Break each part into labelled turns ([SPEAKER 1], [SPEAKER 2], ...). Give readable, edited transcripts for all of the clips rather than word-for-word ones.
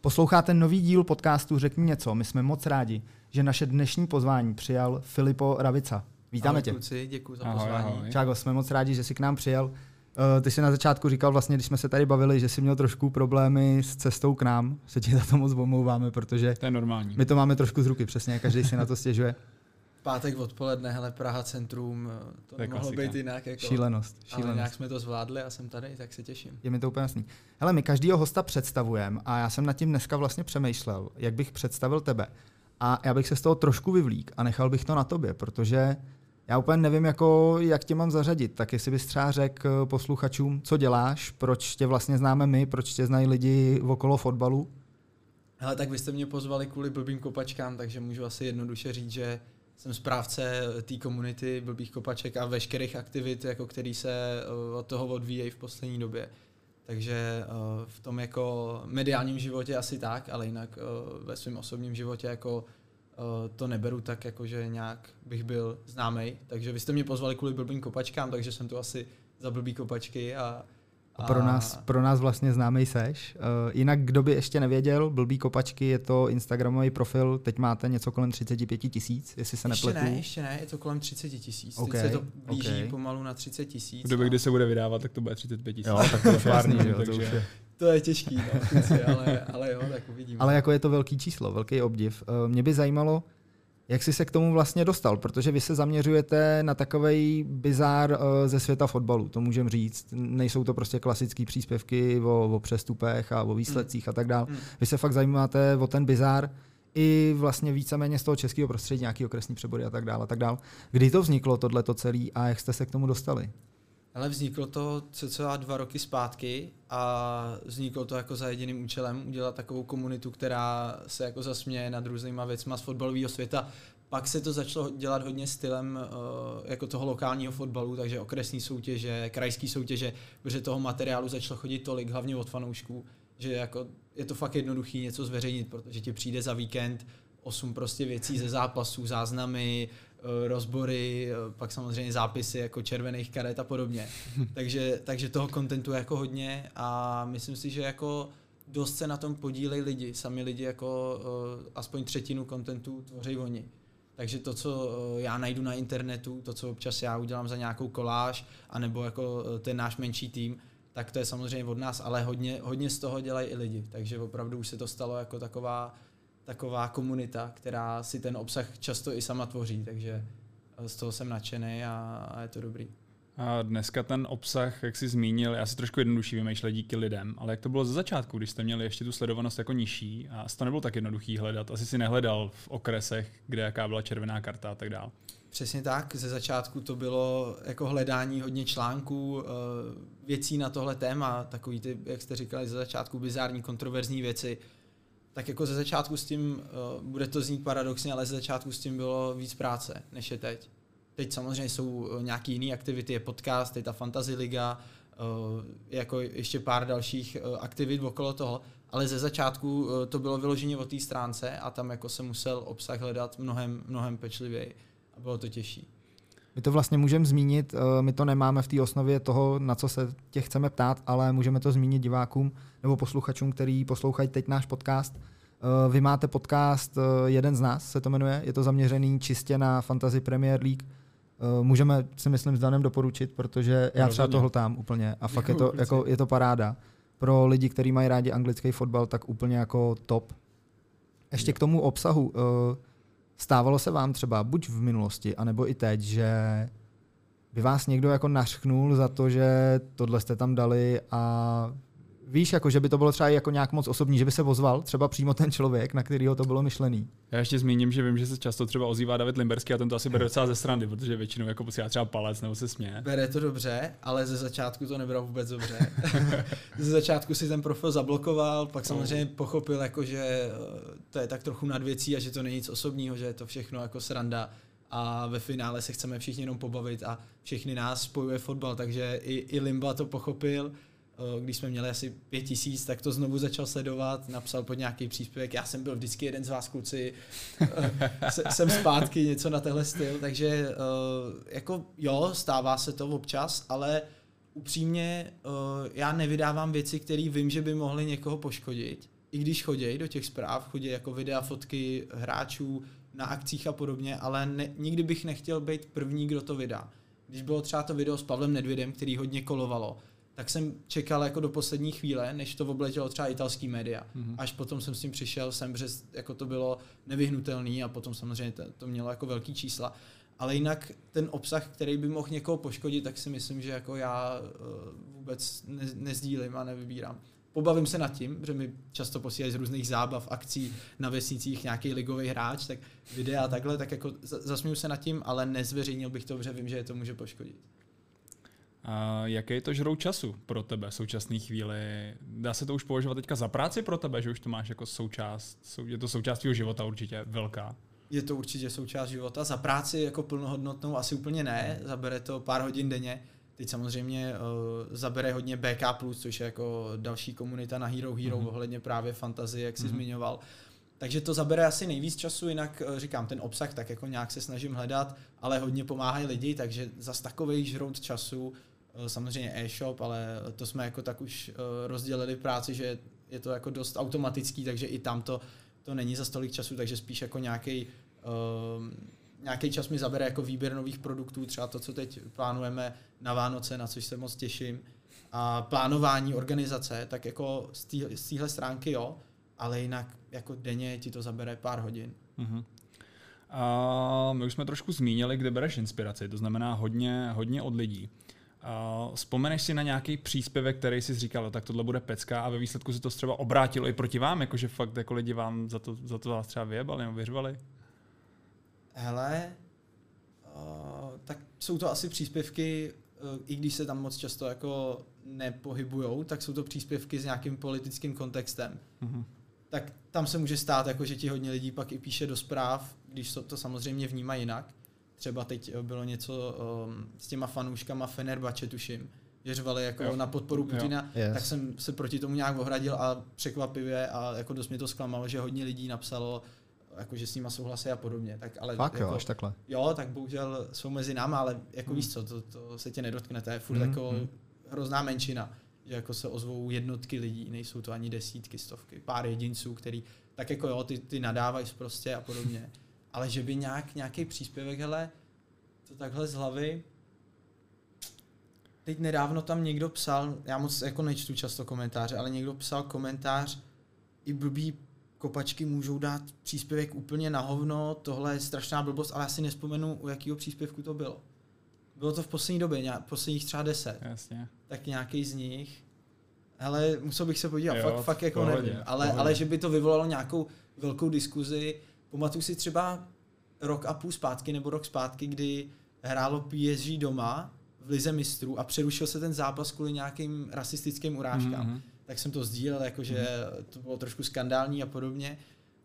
[SPEAKER 1] Posloucháte nový díl podcastu Řekni něco. My jsme moc rádi, že naše dnešní pozvání přijal Filipo Ravica. Vítáme tě.
[SPEAKER 2] Kluci, děkuji za pozvání.
[SPEAKER 1] Ahoj. Čágo, jsme moc rádi, že jsi k nám přijel. Ty jsi na začátku říkal vlastně, když jsme se tady bavili, že jsi měl trošku problémy s cestou k nám. Se ti za to moc omlouváme, protože
[SPEAKER 3] to je normální.
[SPEAKER 1] My to máme trošku z ruky, přesně, každý si na to stěžuje.
[SPEAKER 2] Pátek odpoledne, hele, Praha centrum, to nemohlo být jinak. Jako,
[SPEAKER 1] šílenost.
[SPEAKER 2] Ale nějak jsme to zvládli a jsem tady, tak se těším.
[SPEAKER 1] Je mi to úplně jasný. Hele, my každýho hosta představujeme a já jsem nad tím dneska vlastně přemýšlel, jak bych představil tebe. A já bych se z toho trošku vyvlík a nechal bych to na tobě, protože já úplně nevím, jak tě mám zařadit. Tak jestli bys třeba řekl posluchačům, co děláš, proč tě vlastně známe my, proč tě znají lidi okolo fotbalu?
[SPEAKER 2] Hele, tak vy jste mě pozvali kvůli blbým kopačkám, takže můžu asi jednoduše říct, že jsem správce té komunity blbých kopaček a veškerých aktivit, jako který se od toho odvíjejí v poslední době. Takže v tom jako mediálním životě asi tak, ale jinak ve svém osobním životě jako to neberu tak, jako že nějak bych byl známej. Takže vy jste mě pozvali kvůli blbým kopačkám, takže jsem tu asi za blbý kopačky a
[SPEAKER 1] pro nás vlastně známej seš. Jinak, kdo by ještě nevěděl, Blbý kopačky je to instagramový profil, teď máte něco kolem 35 000, jestli se nepletu.
[SPEAKER 2] Ještě ne, je to kolem 30 000. Teď se to blíží pomalu na 30 000.
[SPEAKER 3] V době, kdy se bude vydávat, tak to bude 35 000.
[SPEAKER 1] Jo, tak to je párný, takže
[SPEAKER 2] to je těžký, no, ale jo, tak uvidíme.
[SPEAKER 1] Ale jako je to velký číslo, velký obdiv. Mě by zajímalo, jak jsi se k tomu vlastně dostal, protože vy se zaměřujete na takovej bizár ze světa fotbalu, to můžem říct. Nejsou to prostě klasické příspěvky o přestupech a o výsledcích a tak dál. Vy se fakt zajímáte o ten bizár i vlastně víceméně z toho českého prostředí, nějaký okresní přebory a tak dál a tak dál. Kdy to vzniklo tohleto celý a jak jste se k tomu dostali?
[SPEAKER 2] Ale vzniklo to cca 2 roky zpátky a vzniklo to jako za jediným účelem udělat takovou komunitu, která se jako zasměje nad různýma věcma z fotbalového světa. Pak se to začalo dělat hodně stylem jako toho lokálního fotbalu, takže okresní soutěže, krajské soutěže, protože toho materiálu začalo chodit tolik, hlavně od fanoušků, že jako je to fakt jednoduchý něco zveřejnit, protože ti přijde za víkend 8 prostě věcí ze zápasů, záznamy, rozbory, pak samozřejmě zápisy jako červených karet a podobně. takže toho kontentu je jako hodně a myslím si, že jako dost se na tom podílejí lidi. Sami lidi jako aspoň 1/3 kontentu tvoří oni. Takže to, co já najdu na internetu, to, co občas já udělám za nějakou koláž, anebo jako ten náš menší tým, tak to je samozřejmě od nás, ale hodně z toho dělají i lidi. Takže opravdu už se to stalo jako taková komunita, která si ten obsah často i sama tvoří, takže z toho jsem nadšený a je to dobrý.
[SPEAKER 3] A dneska ten obsah, jak jsi zmínil, já si trošku jednodušší vymýšlet díky lidem, ale jak to bylo ze začátku, když jste měli ještě tu sledovanost jako nižší a to nebylo tak jednoduchý hledat, asi si nehledal v okresech, kde jaká byla červená karta a tak dále.
[SPEAKER 2] Přesně tak, ze začátku to bylo jako hledání hodně článků, věcí na tohle téma, takový ty, jak jste říkali, ze začátku bizární, kontroverzní věci. Tak jako ze začátku s tím, bude to znít paradoxně, ale ze začátku s tím bylo víc práce, než je teď. Teď samozřejmě jsou nějaké jiné aktivity, je podcast, je ta Fantasy Liga, jako ještě pár dalších aktivit okolo toho, ale ze začátku to bylo vyloženě o té stránce a tam jako se musel obsah hledat mnohem pečlivěji a bylo to těžší.
[SPEAKER 1] My to vlastně můžeme zmínit, my to nemáme v té osnově toho, na co se tě chceme ptát, ale můžeme to zmínit divákům nebo posluchačům, který poslouchají teď náš podcast. Vy máte podcast Jeden z nás, se to jmenuje, je to zaměřený čistě na Fantasy Premier League. Můžeme, si myslím, s Danem doporučit, protože já třeba to hltám úplně a fakt je to paráda. Pro lidi, kteří mají rádi anglický fotbal, tak úplně jako top. Ještě k tomu obsahu. Stávalo se vám třeba buď v minulosti, anebo i teď, že by vás někdo jako nařknul za to, že tohle jste tam dali a víš, jako, že by to bylo třeba jako nějak moc osobní, že by se ozval třeba přímo ten člověk, na kterýho to bylo myšlený.
[SPEAKER 3] Já ještě zmíním, že vím, že se často třeba ozývá David Limberský a ten to asi bere docela ze srandy, protože většinou jako posílá třeba palec nebo se směje.
[SPEAKER 2] Bere to dobře, ale ze začátku to nebral vůbec dobře. Ze začátku si ten profil zablokoval, pak samozřejmě pochopil, jako, že to je tak trochu nad věcí a že to není nic osobního, že je to všechno jako sranda. A ve finále se chceme všichni jenom pobavit a všechny nás spojuje fotbal, takže i Limba to pochopil. Když jsme měli asi 5 000, tak to znovu začal sledovat, napsal pod nějaký příspěvek, já jsem byl vždycky jeden z vás, kluci, jsem zpátky, něco na tenhle styl, takže jako jo, stává se to občas, ale upřímně já nevydávám věci, které vím, že by mohly někoho poškodit, i když chodí do těch zpráv, chodí jako videa, fotky hráčů na akcích a podobně, ale nikdy bych nechtěl být první, kdo to vydá. Když bylo třeba to video s Pavlem Nedvědem, který hodně kolovalo, tak jsem čekal jako do poslední chvíle, než to obletělo třeba italský média. Až potom jsem s tím přišel sem, že jako to bylo nevyhnutelný a potom samozřejmě to mělo jako velký čísla. Ale jinak ten obsah, který by mohl někoho poškodit, tak si myslím, že jako já vůbec nezdílím a nevybírám. Pobavím se nad tím, že mi často posílají z různých zábav, akcí na vesnicích nějaký ligový hráč, tak videa takhle, tak jako zasměju se nad tím, ale nezveřejnil bych to, protože vím, že je to může poškodit.
[SPEAKER 3] A jaký je to žrou času pro tebe v současné chvíli? Dá se to už považovat teďka za práci pro tebe, že už to máš jako součást, je to součást tvého života určitě velká? Je
[SPEAKER 2] to určitě součást života. Za práci jako plnohodnotnou asi úplně ne, zabere to pár hodin denně. Teď samozřejmě zabere hodně BK+, což je jako další komunita na Hero ohledně právě fantazie, jak jsi zmiňoval. Takže to zabere asi nejvíc času, jinak říkám, ten obsah tak jako nějak se snažím hledat, ale hodně pomáhají lidi, takže zas takovej žrout času, samozřejmě e-shop, ale to jsme jako tak už rozdělili práci, že je to jako dost automatický, takže i tam to není za tolik času, takže spíš jako nějaký čas mi zabere jako výběr nových produktů, třeba to, co teď plánujeme na Vánoce, na což se moc těším. A plánování, organizace, tak jako z téhle stránky jo, ale jinak jako denně ti to zabere pár hodin.
[SPEAKER 3] A my už jsme trošku zmínili, kde bereš inspiraci, to znamená hodně od lidí. Vzpomeneš si na nějaký příspěvek, který jsi říkal, tak tohle bude pecka a ve výsledku se to třeba obrátilo i proti vám, jakože fakt jako lidi vám za to vás třeba vyjebali nebo vyřvali?
[SPEAKER 2] Hele, tak jsou to asi příspěvky, i když se tam moc často jako nepohybujou, tak jsou to příspěvky s nějakým politickým kontextem. Tak tam se může stát, jako, že ti hodně lidí pak i píše do zpráv, když to samozřejmě vnímá jinak. Třeba teď bylo něco s těma fanouškama Fenerbahče, tuším, že řvali jako na podporu Putina, tak jsem se proti tomu nějak ohradil a překvapivě a jako dost mě to zklamalo, že hodně lidí napsalo, jako, že s nima souhlasí a podobně. Tak, ale
[SPEAKER 1] fakt
[SPEAKER 2] jako,
[SPEAKER 1] jo, až takhle.
[SPEAKER 2] Jo, tak bohužel jsou mezi náma, ale jako víš co, to se tě nedotkne, to je furt jako hrozná menšina, že jako se ozvou jednotky lidí, nejsou to ani desítky, stovky, pár jedinců, který tak jako jo, ty nadávají prostě a podobně. Ale že by nějaký příspěvek, hele, to takhle z hlavy. Teď nedávno tam někdo psal, já moc jako nečtu často komentáře, ale někdo psal komentář, i blbý kopačky můžou dát příspěvek úplně na hovno, tohle je strašná blbost, ale já si nespomenu, u jakého příspěvku to bylo. Bylo to v poslední době, posledních třeba 10.
[SPEAKER 3] Jasně.
[SPEAKER 2] Tak nějaký z nich. Hele, musel bych se podívat,
[SPEAKER 3] jo,
[SPEAKER 2] fakt jako nevím, ale že by to vyvolalo nějakou velkou diskuzi. Pamatuju si třeba rok a půl zpátky, nebo rok zpátky, kdy hrálo PSG doma v Lize mistrů a přerušil se ten zápas kvůli nějakým rasistickým urážkám. Tak jsem to sdílel, jakože to bylo trošku skandální a podobně.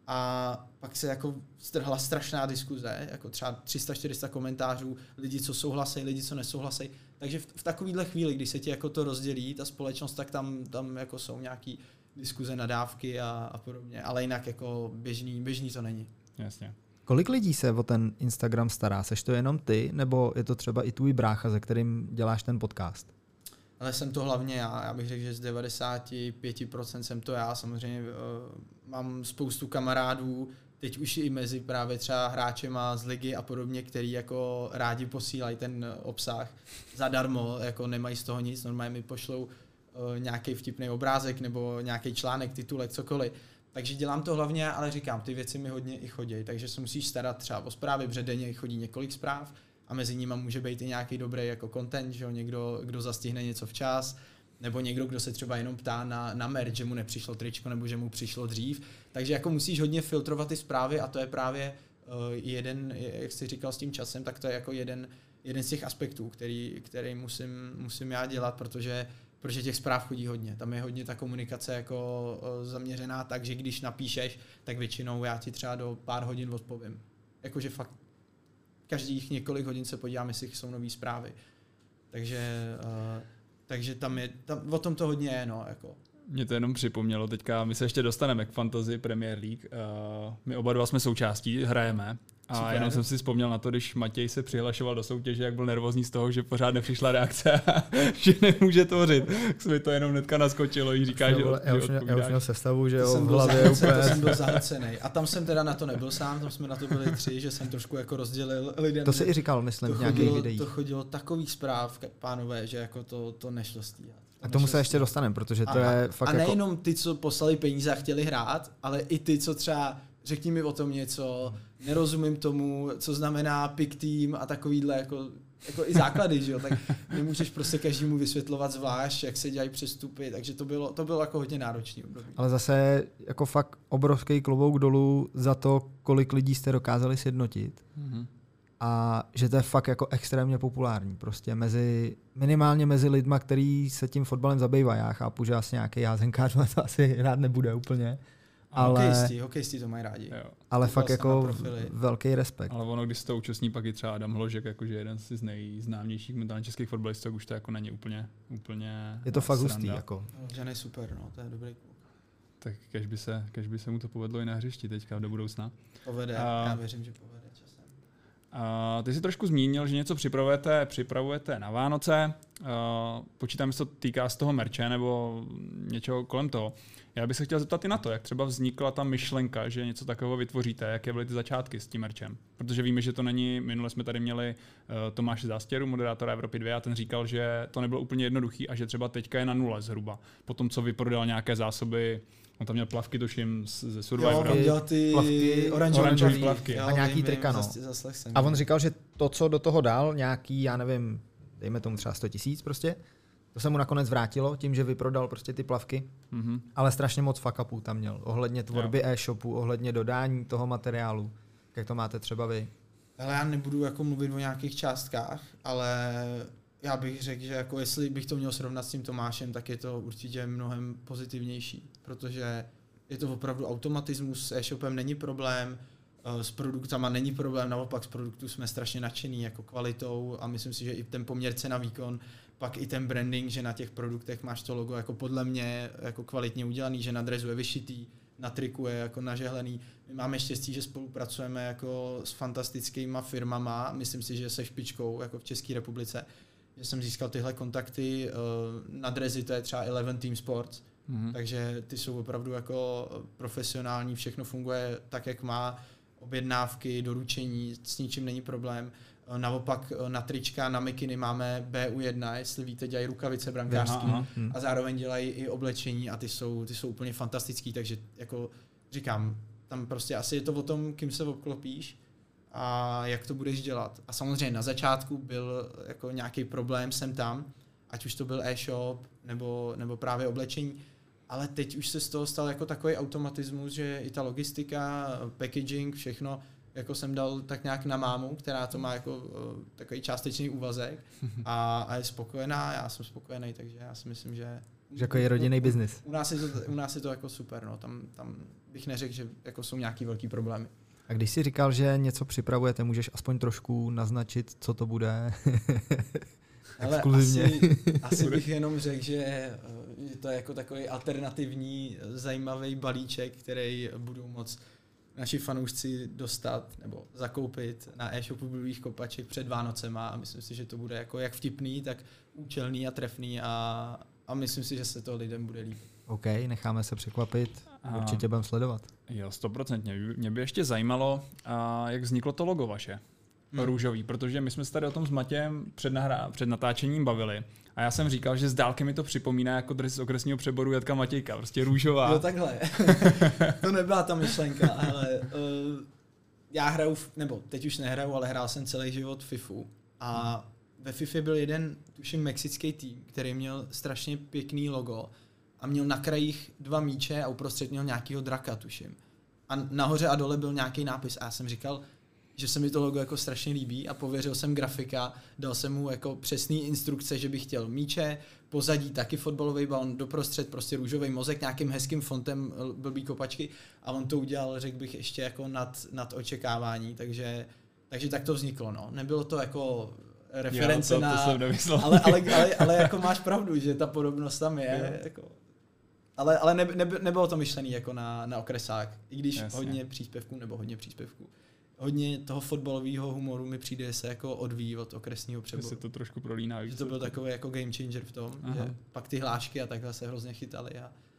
[SPEAKER 2] A pak se jako strhla strašná diskuze, jako třeba 300-400 komentářů, lidi, co souhlasí, lidi, co nesouhlasí. Takže v takovýhle chvíli, když se ti jako to rozdělí, ta společnost, tak tam jako jsou nějaký diskuze, nadávky a podobně. Ale jinak jako běžný to není.
[SPEAKER 3] Jasně.
[SPEAKER 1] Kolik lidí se o ten Instagram stará? Seš to jenom ty, nebo je to třeba i tvůj brácha, se kterým děláš ten podcast?
[SPEAKER 2] Ale jsem to hlavně já bych řekl, že z 95% jsem to já. Samozřejmě mám spoustu kamarádů, teď už i mezi právě třeba hráčema z ligy a podobně, který jako rádi posílají ten obsah zadarmo, jako nemají z toho nic, normálně mi pošlou nějaký vtipný obrázek nebo nějaký článek, titulek, cokoliv. Takže dělám to hlavně, ale říkám, ty věci mi hodně i chodí, takže se musíš starat třeba o zprávy, protože denně chodí několik zpráv a mezi nimi může být i nějaký dobrý jako content, že jo, někdo, kdo zastihne něco včas, nebo někdo, kdo se třeba jenom ptá na merch, že mu nepřišlo tričko nebo že mu přišlo dřív. Takže jako musíš hodně filtrovat ty zprávy a to je právě jeden, jak jsi říkal s tím časem, tak to je jako jeden z těch aspektů, který musím já dělat, protože těch zpráv chodí hodně. Tam je hodně ta komunikace jako zaměřená tak, že když napíšeš, tak většinou já ti třeba do pár hodin odpovím. Jakože fakt každých několik hodin se podívám, jestli jsou nový zprávy. Takže tam o tom to hodně je, no, jako.
[SPEAKER 3] Mě to jenom připomnělo, teďka my se ještě dostaneme k Fantasy Premier League. My oba dva jsme součástí, hrajeme A
[SPEAKER 2] super.
[SPEAKER 3] jenom jsem si vzpomněl na to, když Matěj se přihlašoval do soutěže, jak byl nervózní z toho, že pořád nepřišla reakce, že nemůže tvořit. Tak se mi to jenom hnedka naskočilo, jí říká, že
[SPEAKER 1] já už měl sestavu, že jo, v hlavě
[SPEAKER 2] to
[SPEAKER 1] úplně.
[SPEAKER 2] jsem byl zahlcenej. A tam jsem teda na to nebyl sám, tam jsme na to byli 3, že jsem trošku jako rozdělil lidem.
[SPEAKER 1] To si i říkal, myslím, v nějakých videích.
[SPEAKER 2] To chodilo takových zpráv, pánové, že jako to nešlo stíhat.
[SPEAKER 1] A k tomu se ještě dostaneme, protože to je fakt
[SPEAKER 2] jako... A nejenom ty, co poslali peníze a chtěli hrát, ale i ty, co třeba řekni mi o tom něco, nerozumím tomu, co znamená pick team a takovýhle jako i základy, že jo, tak nemůžeš prostě každému vysvětlovat zvlášť, jak se dělají přestupy, takže to bylo jako hodně náročný období.
[SPEAKER 1] Ale zase jako fakt obrovský klobouk dolů za to, kolik lidí jste dokázali sjednotit. Mm-hmm. A že to je fakt jako extrémně populární. Prostě minimálně mezi lidma, kteří se tím fotbalem zabývají. Já chápu, že asi nějaký házenkář to asi rád nebude úplně. Ale
[SPEAKER 2] hokejisti to mají rádi.
[SPEAKER 1] Jo. Ale fakt jako velký respekt.
[SPEAKER 3] Ale ono, když se to účastní pak i třeba Adam Hložek, jakože jeden z nejznámějších momentálně českých fotbalistů, už to jako není úplně
[SPEAKER 1] je to fakt hustý. Jako.
[SPEAKER 2] Žen je super, no, to je dobrý kluk.
[SPEAKER 3] Tak kež by se mu to povedlo i na hřišti teďka do budoucna.
[SPEAKER 2] Povede, já věřím, že povede.
[SPEAKER 3] Ty jsi trošku zmínil, že něco připravujete na Vánoce. Počítám, že to týká z toho merče nebo něčeho kolem toho. Já bych se chtěl zeptat i na to, jak třeba vznikla ta myšlenka, že něco takového vytvoříte, jaké byly ty začátky s tím merčem. Protože víme, že to není, minule jsme tady měli Tomáše Zástěru, moderátora Evropy 2, a ten říkal, že to nebylo úplně jednoduchý a že třeba teďka je na 0 zhruba. Potom, co vyprodal nějaké zásoby, on tam měl plavky, tuším, ze Survivoru.
[SPEAKER 2] Jo, dělal ty
[SPEAKER 1] plavky,
[SPEAKER 2] oranžové plavky.
[SPEAKER 1] Jo, a nějaký trika, no. A on říkal, že to, co do toho dal, nějaký, já nevím, dejme tomu třeba 100 000 prostě, to se mu nakonec vrátilo tím, že vyprodal prostě ty plavky, ale strašně moc fuck upů tam měl. Ohledně tvorby e-shopu, ohledně dodání toho materiálu. Jak to máte třeba vy?
[SPEAKER 2] Ale já nebudu jako mluvit o nějakých částkách, ale já bych řekl, že jako jestli bych to měl srovnat s tím Tomášem, tak je to určitě mnohem pozitivnější, protože je to opravdu automatismus, s e-shopem není problém, s produktama není problém, naopak z produktů jsme strašně nadšený jako kvalitou a myslím si, že i ten poměr cena výkon, pak i ten branding, že na těch produktech máš to logo jako podle mě jako kvalitně udělaný, že na dresu je vyšitý, na triku je jako nažehlený. My máme štěstí, že spolupracujeme jako s fantastickýma firmama, myslím si, že se špičkou jako v České republice, že jsem získal tyhle kontakty, na dresy to je třeba 11 Team Sports, takže ty jsou opravdu jako profesionální, všechno funguje tak, jak má, objednávky, doručení, s ničím není problém. Naopak na trička, na mikiny máme BU1, jestli víte, dělají rukavice brankářský a zároveň dělají i oblečení a ty jsou úplně fantastický, takže jako říkám, tam prostě asi je to o tom, kým se obklopíš a jak to budeš dělat. A samozřejmě na začátku byl jako nějaký problém sem tam, ať už to byl e-shop nebo právě oblečení, ale teď už se z toho stal jako takový automatismus, že i ta logistika, packaging, všechno, jako jsem dal tak nějak na mámu, která to má jako takový částečný úvazek a je spokojená, já jsem spokojený, takže já si myslím, že
[SPEAKER 1] jako je rodinný biznis.
[SPEAKER 2] U nás je to jako super, no, tam bych neřekl, že jako jsou nějaký velký problémy.
[SPEAKER 1] A když jsi říkal, že něco připravujete, můžeš aspoň trošku naznačit, co to bude?
[SPEAKER 2] Ale asi bych jenom řekl, že to je jako takový alternativní, zajímavý balíček, který budou moct naši fanoušci dostat nebo zakoupit na e-shopu Bílých kopaček před Vánocema a myslím si, že to bude jako jak vtipný, tak účelný a trefný a myslím si, že se to lidem bude líbit.
[SPEAKER 1] OK, necháme se překvapit, určitě budeme sledovat.
[SPEAKER 3] Jo, 100%. Mě by ještě zajímalo, jak vzniklo to logo vaše. Růžový, protože my jsme se tady o tom s Matějem před natáčením bavili a já jsem říkal, že z dálky mi to připomíná jako dres z okresního přeboru Jatka Matějka, prostě růžová.
[SPEAKER 2] Jo, takhle. To nebyla ta myšlenka, ale já hraju, nebo teď už nehraju, ale hrál jsem celý život FIFU a ve FIFA byl jeden, tuším, mexický tým, který měl strašně pěkný logo a měl na krajích 2 míče a uprostřed měl nějakýho draka, tuším. A nahoře a dole byl nějaký nápis a já jsem říkal, že se mi to logo jako strašně líbí a pověřil jsem grafika, dal jsem mu jako přesný instrukce, že bych chtěl míče, pozadí taky fotbalový balon, doprostřed prostě růžový mozek, nějakým hezkým fontem Blbý kopačky a on to udělal, řekl bych, ještě jako nad očekávání, takže tak to vzniklo, no. Nebylo to jako reference
[SPEAKER 3] jo,
[SPEAKER 2] na... ale jako máš pravdu, že ta podobnost tam je, jako... Ale nebylo to myšlený jako na okresák, i když hodně příspěvků. hodně toho fotbalového humoru mi přijde, se jako odvíjí od okresního přeboru.
[SPEAKER 3] Se to trošku prolíná.
[SPEAKER 2] Že to byl takový jako game changer v tom, že pak ty hlášky a takhle se hrozně chytaly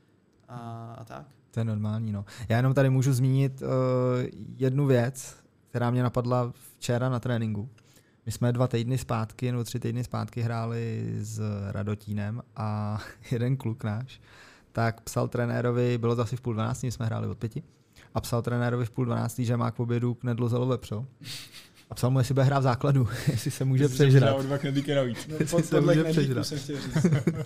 [SPEAKER 2] a tak.
[SPEAKER 1] To je normální, no. Já jenom tady můžu zmínit jednu věc, která mě napadla včera na tréninku. My jsme 3 týdny zpátky hráli s Radotínem a jeden kluk náš tak psal trenérovi, bylo to asi v 11:30, jsme hráli od 5, a psal trenérovi v 11:30, že má k obědu knedlo zelo vepřo. A psal mu, jestli bude hrát v základu, jestli se může přežrat.
[SPEAKER 2] Podle knedlíku jsem chtěl říct.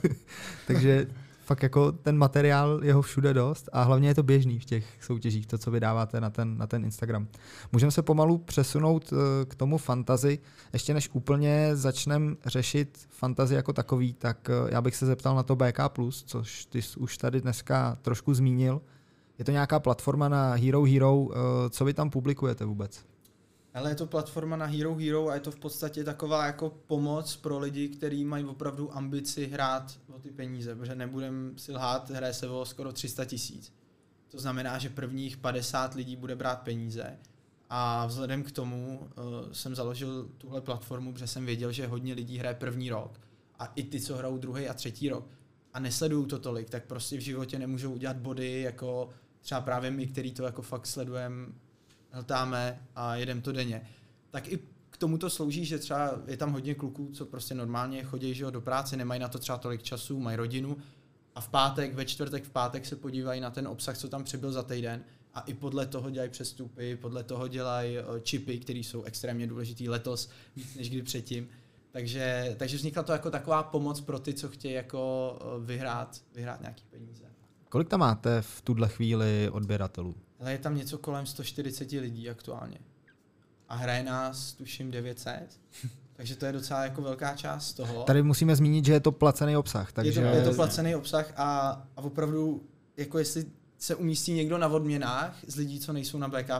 [SPEAKER 1] Takže fakt jako ten materiál je ho všude dost a hlavně je to běžný v těch soutěžích, to, co vydáváte na ten Instagram. Můžeme se pomalu přesunout k tomu fantasy. Ještě než úplně začneme řešit fantasy jako takový, tak já bych se zeptal na to BK+, což ty už tady dneska trošku zmínil. Je to nějaká platforma na Hero, co vy tam publikujete vůbec?
[SPEAKER 2] Ale je to platforma na Hero a je to v podstatě taková jako pomoc pro lidi, kteří mají opravdu ambici hrát o ty peníze, protože nebudem si lhát, hraje se o skoro 300 000. To znamená, že prvních 50 lidí bude brát peníze a vzhledem k tomu jsem založil tuhle platformu, protože jsem věděl, že hodně lidí hraje první rok a i ty, co hrajou druhý a třetí rok a nesledují to tolik, tak prostě v životě nemůžou udělat body jako třeba právě my, který to jako fakt sledujeme, hltáme a jedem to denně. Tak i k tomu to slouží, že třeba je tam hodně kluků, co prostě normálně chodí do práce, nemají na to třeba tolik času, mají rodinu a ve čtvrtek v pátek se podívají na ten obsah, co tam přibyl za týden a i podle toho dělají přestupy, podle toho dělají čipy, které jsou extrémně důležitý letos víc než kdy předtím. Takže vznikla to jako taková pomoc pro ty, co chtějí jako vyhrát nějaký peníze.
[SPEAKER 1] Kolik tam máte v tuhle chvíli odběratelů?
[SPEAKER 2] Ale je tam něco kolem 140 lidí aktuálně. A hraje nás, tuším, 900. Takže to je docela jako velká část toho.
[SPEAKER 1] Tady musíme zmínit, že je to placený obsah. Takže...
[SPEAKER 2] Je to placený obsah a opravdu, jako jestli se umístí někdo na odměnách z lidí, co nejsou na BK+,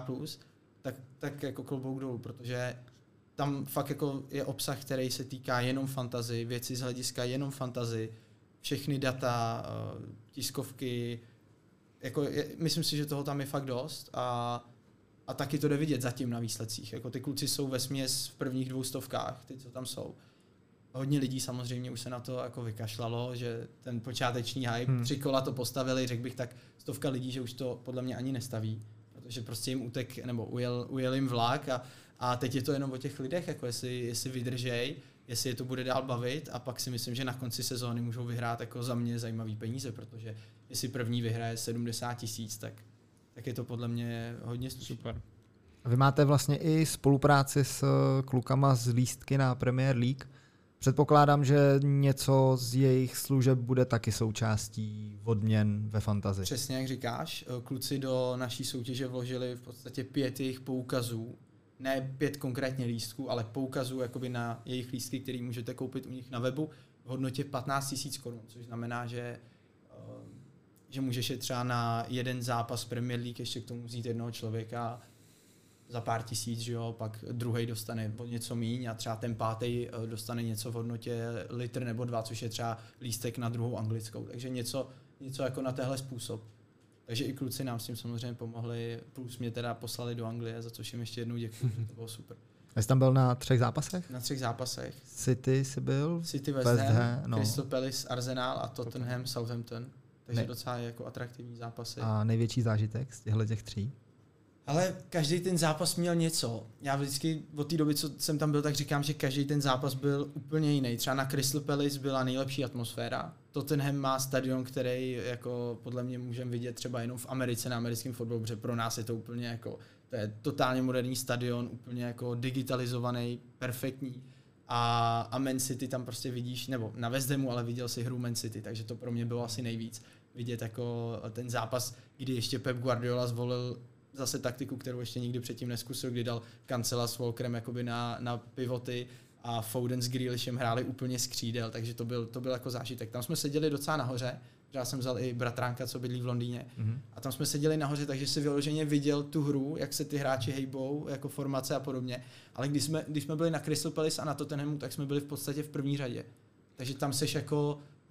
[SPEAKER 2] tak jako klobouk dolů, protože tam fakt jako je obsah, který se týká jenom fantasy, věci z hlediska jenom fantasy, všechny data, tiskovky, jako myslím si, že toho tam je fakt dost a taky to jde vidět zatím na výsledcích. Jako ty kluci jsou vesměs v prvních 200, ty, co tam jsou. Hodně lidí samozřejmě už se na to jako vykašlalo, že ten počáteční hype, 3 kola to postavili, řekl bych tak 100 lidí, že už to podle mě ani nestaví, protože prostě jim utek, nebo ujel jim vlak a teď je to jenom o těch lidech, jako jestli vydržej, jestli je to bude dál bavit a pak si myslím, že na konci sezóny můžou vyhrát jako za mě zajímavý peníze, protože jestli první vyhraje 70 000, tak je to podle mě hodně super.
[SPEAKER 1] Vy máte vlastně i spolupráci s klukama z lístky na Premier League. Předpokládám, že něco z jejich služeb bude taky součástí odměn ve fantasy.
[SPEAKER 2] Přesně jak říkáš, kluci do naší soutěže vložili v podstatě 5 jejich poukazů, ne 5 konkrétně lístků, ale poukazů jakoby na jejich lístky, který můžete koupit u nich na webu v hodnotě 15 000 korun, což znamená, že můžeš je třeba na jeden zápas Premier League ještě k tomu vzít jednoho člověka za pár tisíc, že jo, pak druhej dostane o něco míň a třeba ten pátý dostane něco v hodnotě litr nebo 2, což je třeba lístek na druhou anglickou. Takže něco jako na téhle způsob. Takže i kluci nám s tím samozřejmě pomohli, plus mě teda poslali do Anglie, za což jim ještě jednou děkuji, že to bylo super.
[SPEAKER 1] A jsi tam byl na 3 zápasech?
[SPEAKER 2] Na 3 zápasech.
[SPEAKER 1] City jsi byl?
[SPEAKER 2] City, West Ham, no. Crystal Palace, Arsenal a Tottenham, Southampton. Takže docela jako atraktivní zápasy.
[SPEAKER 1] A největší zážitek z těch 3?
[SPEAKER 2] Ale každý ten zápas měl něco. Já vždycky od té doby, co jsem tam byl, tak říkám, že každý ten zápas byl úplně jiný. Třeba na Crystal Palace byla nejlepší atmosféra. Tottenham má stadion, který jako podle mě můžeme vidět třeba jenom v Americe na americkém fotbalu, protože pro nás je to úplně jako, to je totálně moderní stadion, úplně jako digitalizovaný, perfektní. A Man City tam prostě vidíš, nebo na West Hamu, ale viděl si hru Man City, takže to pro mě bylo asi nejvíc vidět jako ten zápas, kdy ještě Pep Guardiola zvolil zase taktiku, kterou ještě nikdy předtím neskusil, kdy dal Cancela s Walkerem jakoby na pivoty a Foden s Grealishem hráli úplně z křídel, takže to byl jako zážitek. Tam jsme seděli docela nahoře, já jsem vzal i bratránka, co bydlí v Londýně, a tam jsme seděli nahoře, takže si vyloženě viděl tu hru, jak se ty hráči hejbou, jako formace a podobně, ale když jsme byli na Crystal Palace a na Tottenhamu, tak jsme byli v podstatě v první řadě. Takže tam seš jako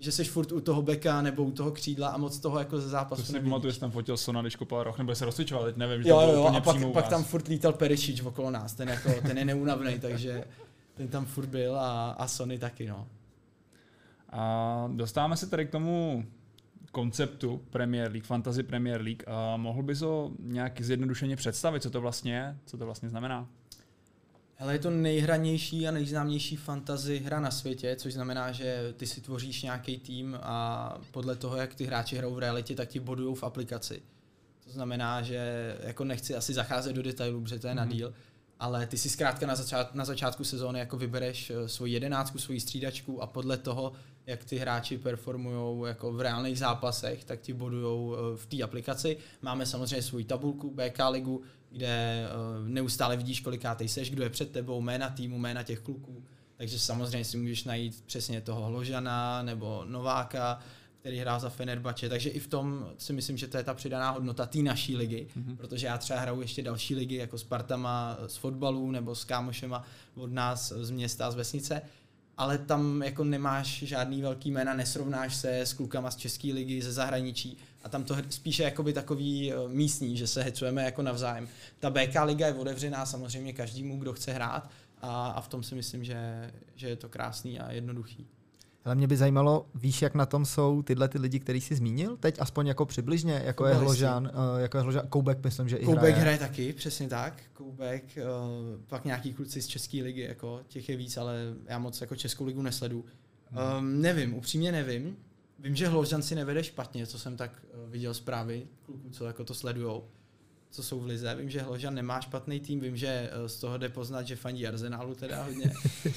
[SPEAKER 2] že seš furt u toho beka nebo u toho křídla a moc toho jako ze zápasu.
[SPEAKER 3] To si pamatuju, že tam fotil Sona, když kopal roh, nebo se rozcvičoval, teď nevím, že
[SPEAKER 2] jo,
[SPEAKER 3] to bylo
[SPEAKER 2] jo,
[SPEAKER 3] úplně
[SPEAKER 2] a
[SPEAKER 3] přímo
[SPEAKER 2] pak tam furt lítal Perišič okolo nás, ten je neúnavnej, takže ten tam furt byl a Sony taky, no.
[SPEAKER 3] A dostáváme se tady k tomu konceptu Premier League, Fantasy Premier League. A mohl bys ho nějak zjednodušeně představit, co to vlastně je, co to vlastně znamená?
[SPEAKER 2] Hele, je to nejhranější a nejznámější fantasy hra na světě, což znamená, že ty si tvoříš nějaký tým a podle toho, jak ty hráči hrajou v realitě, tak ti bodujou v aplikaci. To znamená, že jako nechci asi zacházet do detailů, protože to je na díl, ale ty si zkrátka na začátku sezóny jako vybereš svoji 11, svoji střídačku a podle toho, jak ty hráči performujou jako v reálných zápasech, tak ti bodujou v té aplikaci. Máme samozřejmě svoji tabulku BK ligu, kde neustále vidíš, kolikátej seš, kdo je před tebou, jména týmu, jména těch kluků. Takže samozřejmě si můžeš najít přesně toho Hložana nebo Nováka, který hrál za Fenerbahče. Takže i v tom si myslím, že to je ta přidaná hodnota té naší ligy, protože já třeba hraju ještě další ligy, jako Spartama z fotbalu nebo s kámošema od nás z města, z vesnice, ale tam jako nemáš žádný velký jména, nesrovnáš se s klukama z české ligy, ze zahraničí a tam to spíše jakoby takový místní, že se hecujeme jako navzájem. Ta BK liga je otevřená samozřejmě každému, kdo chce hrát a v tom si myslím, že je to krásný a jednoduchý.
[SPEAKER 1] Ale mě by zajímalo, víš, jak na tom jsou tyhle ty lidi, který jsi zmínil? Teď aspoň jako přibližně, jako je Hložan, Koubek, myslím, že i hraje.
[SPEAKER 2] Koubek hraje taky, přesně tak. Koubek, pak nějaký kluci z české ligy, jako těch je víc, ale já moc jako českou ligu nesledu. Nevím, upřímně nevím. Vím, že Hložan si nevede špatně, co jsem tak viděl zprávy kluků, co jako to sledujou, co jsou v lize. Vím, že Hložan nemá špatný tým, vím, že z toho jde poznat, že fandí Arsenalu teda hodně,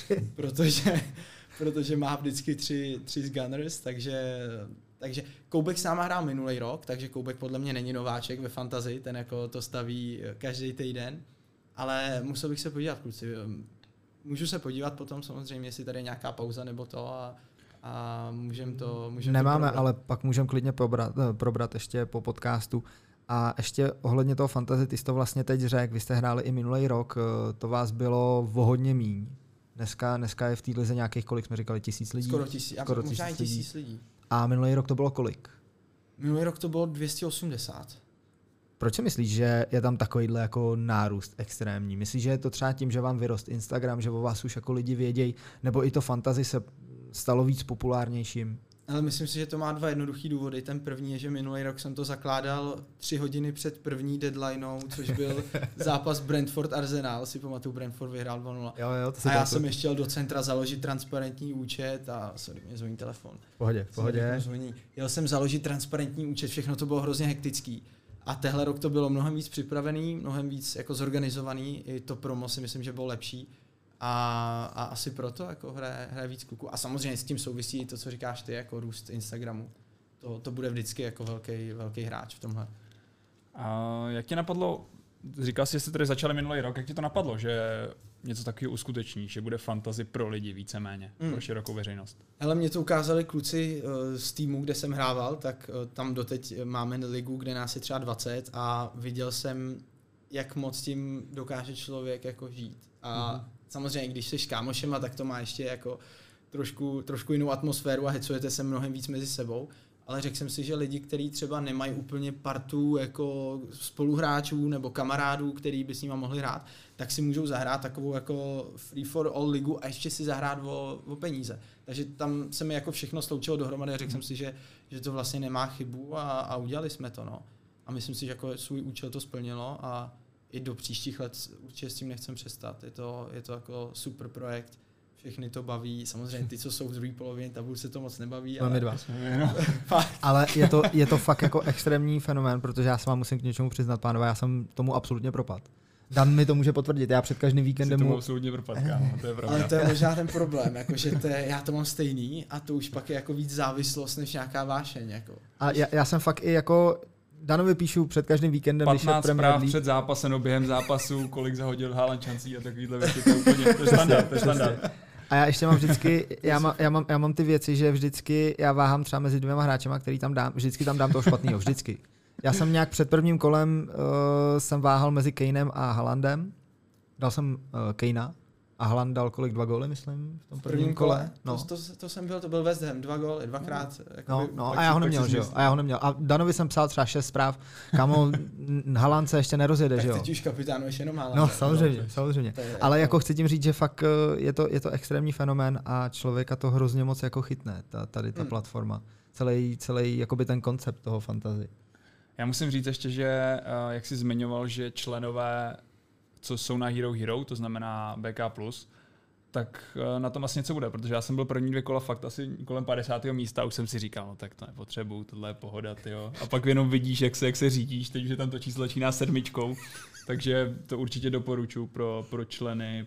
[SPEAKER 2] protože má vždycky tři z Gunners, takže Koubek s náma hrál minulý rok, takže Koubek podle mě není nováček ve fantasy, ten jako to staví každý týden, ale musel bych se podívat, kluci. Můžu se podívat potom samozřejmě, jestli tady je nějaká pauza nebo to a můžeme to
[SPEAKER 1] Nemáme, ale pak můžeme klidně probrat ještě po podcastu. A ještě ohledně toho fantasy, ty jsi to vlastně teď řekl, vy jste hráli i minulý rok, to vás bylo o hodně míň. Dneska je v té lize nějakých, kolik jsme říkali, 1000 lidí?
[SPEAKER 2] Skoro možná i 1000 lidí.
[SPEAKER 1] A minulý rok to bylo kolik?
[SPEAKER 2] Minulý rok to bylo 280.
[SPEAKER 1] Proč si myslíš, že je tam takovýhle jako nárůst extrémní? Myslíš, že je to třeba tím, že vám vyrost Instagram, že o vás už jako lidi vědějí, nebo i to fantasy se stalo víc populárnějším?
[SPEAKER 2] Ale myslím si, že to má dva jednoduchý důvody. Ten první je, že minulý rok jsem to zakládal 3 hodiny před první deadlineou, což byl zápas Brentford-Arsenal. Si pamatuju, Brentford vyhrál 2-0.
[SPEAKER 1] Jo,
[SPEAKER 2] a já jsem ještě jel do centra založit transparentní účet a sorry, mě zvoní telefon.
[SPEAKER 1] V pohodě.
[SPEAKER 2] Jel jsem založit transparentní účet, všechno to bylo hrozně hektický. A tehle rok to bylo mnohem víc připravený, mnohem víc jako zorganizovaný. I to promo si myslím, že bylo lepší. A asi proto jako hraje víc kluků. A samozřejmě s tím souvisí to, co říkáš ty, jako růst Instagramu. To bude vždycky jako velký hráč v tomhle.
[SPEAKER 3] A jak tě napadlo, říkal jsi, že jste tady začali minulý rok, jak ti to napadlo, že něco takového uskuteční, že bude fantasy pro lidi víceméně, pro širokou veřejnost?
[SPEAKER 2] Hele, mě to ukázali kluci z týmu, kde jsem hrával, tak tam doteď máme ligu, kde nás je třeba 20 a viděl jsem, jak moc tím dokáže člověk jako žít. A samozřejmě, když jsi s kámošema, tak to má ještě jako trošku jinou atmosféru a hecujete se mnohem víc mezi sebou. Ale řekl jsem si, že lidi, kteří třeba nemají úplně partu jako spoluhráčů nebo kamarádů, který by s nima mohli hrát, tak si můžou zahrát takovou jako free for all ligu a ještě si zahrát o peníze. Takže tam se mi jako všechno sloučilo dohromady a řekl jsem si, že to vlastně nemá chybu a udělali jsme to. No. A myslím si, že jako svůj účel to splnilo a i do příštích let určitě s tím nechcem přestat. Je to jako super projekt, všechny to baví, samozřejmě ty, co jsou v druhé polovině tabulce, to moc nebaví.
[SPEAKER 1] Ale je to fakt jako extrémní fenomén, protože já se vám musím k něčemu přiznat, pánové, já jsem tomu absolutně propadl. Dan mi to může potvrdit, já před každým víkendem...
[SPEAKER 3] Tomu absolutně propad, to je pravda.
[SPEAKER 2] Ale to je možná ten problém, jakože já to mám stejný a to už pak je jako víc závislost než nějaká vášeň. Jako.
[SPEAKER 1] A já jsem fakt i jako... Danovi píšu před každým víkendem,
[SPEAKER 3] 15 zpráv před zápasem nebo během zápasu, kolik zahodil Haaland šancí a takovýhle věci, to je standard.
[SPEAKER 1] A já ještě mám vždycky, já mám ty věci, že vždycky já váhám třeba mezi dvěma hráčema, který tam dám, vždycky tam dám toho špatného, vždycky. Já jsem nějak před prvním kolem jsem váhal mezi Kanem a Haalandem, dal jsem Kana A Haaland dal kolik? 2 góly, myslím, v tom
[SPEAKER 2] prvním kole?
[SPEAKER 1] No.
[SPEAKER 2] To jsem byl, to byl West Ham, 2 góly, 2krát.
[SPEAKER 1] No, a já ho neměl, A Danovi jsem psal třeba 6 zpráv, kamo, Haaland se ještě nerozjede, že jo?
[SPEAKER 2] Tak teď už kapitánuješ jenom Haaland.
[SPEAKER 1] No, samozřejmě. Ale jako chci tím říct, že fakt je to extrémní fenomén a člověka to hrozně moc jako chytne, tady ta platforma. Celý jakoby ten koncept toho fantasy.
[SPEAKER 3] Já musím říct ještě, že jak jsi zmiňoval, že členové, co jsou na Hero, to znamená BK+, tak na tom asi něco bude, protože já jsem byl první 2 kola fakt asi kolem 50. místa a už jsem si říkal, no tak to nepotřebuju, tohle je pohoda, tyjo. A pak jenom vidíš, jak se řídíš, teď, že tam to číslo začíná 7, takže to určitě doporučuji pro členy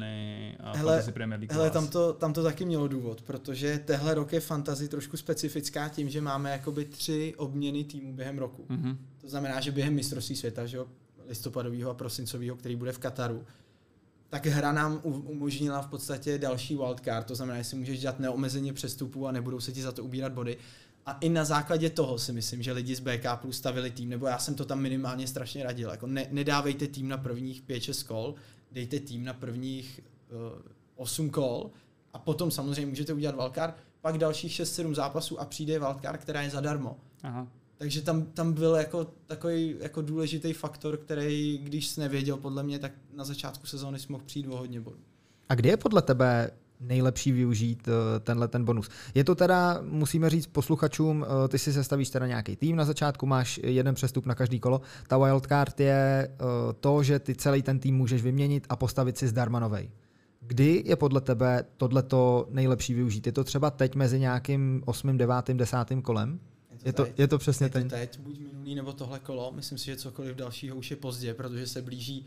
[SPEAKER 3] a Fantasy Premier League.
[SPEAKER 2] Hele, tam to taky mělo důvod, protože tehle rok je fantasy trošku specifická tím, že máme jakoby 3 obměny týmů během roku. Mm-hmm. To znamená, že během mistrovství světa, že jo, listopadového a prosincového, který bude v Kataru, tak hra nám umožnila v podstatě další wildcard, to znamená, že si můžeš dělat neomezeně přestupů a nebudou se ti za to ubírat body. A i na základě toho si myslím, že lidi z BK Plus stavili tým, nebo já jsem to tam minimálně strašně radil. Jako nedávejte tým na prvních 5-6 kol, dejte tým na prvních 8 kol a potom samozřejmě můžete udělat wildcard, pak dalších 6-7 zápasů a přijde wildcard, která je zadarmo. Aha. Takže tam byl jako takový jako důležitý faktor, který, když jsi nevěděl podle mě, tak na začátku sezóny jsi mohl přijít o hodně bodů.
[SPEAKER 1] A kde je podle tebe nejlepší využít ten bonus? Je to teda, musíme říct posluchačům, ty si sestavíš teda nějaký tým, na začátku máš jeden přestup na každý kolo. Ta wildcard je to, že ty celý ten tým můžeš vyměnit a postavit si zdarma novej. Kdy je podle tebe tohleto nejlepší využít? Je to třeba teď mezi nějakým 8., 9., 10. kolem? Je to přesně ten.
[SPEAKER 2] Teď, buď minulý nebo tohle kolo. Myslím si, že cokoliv dalšího už je pozdě, protože se blíží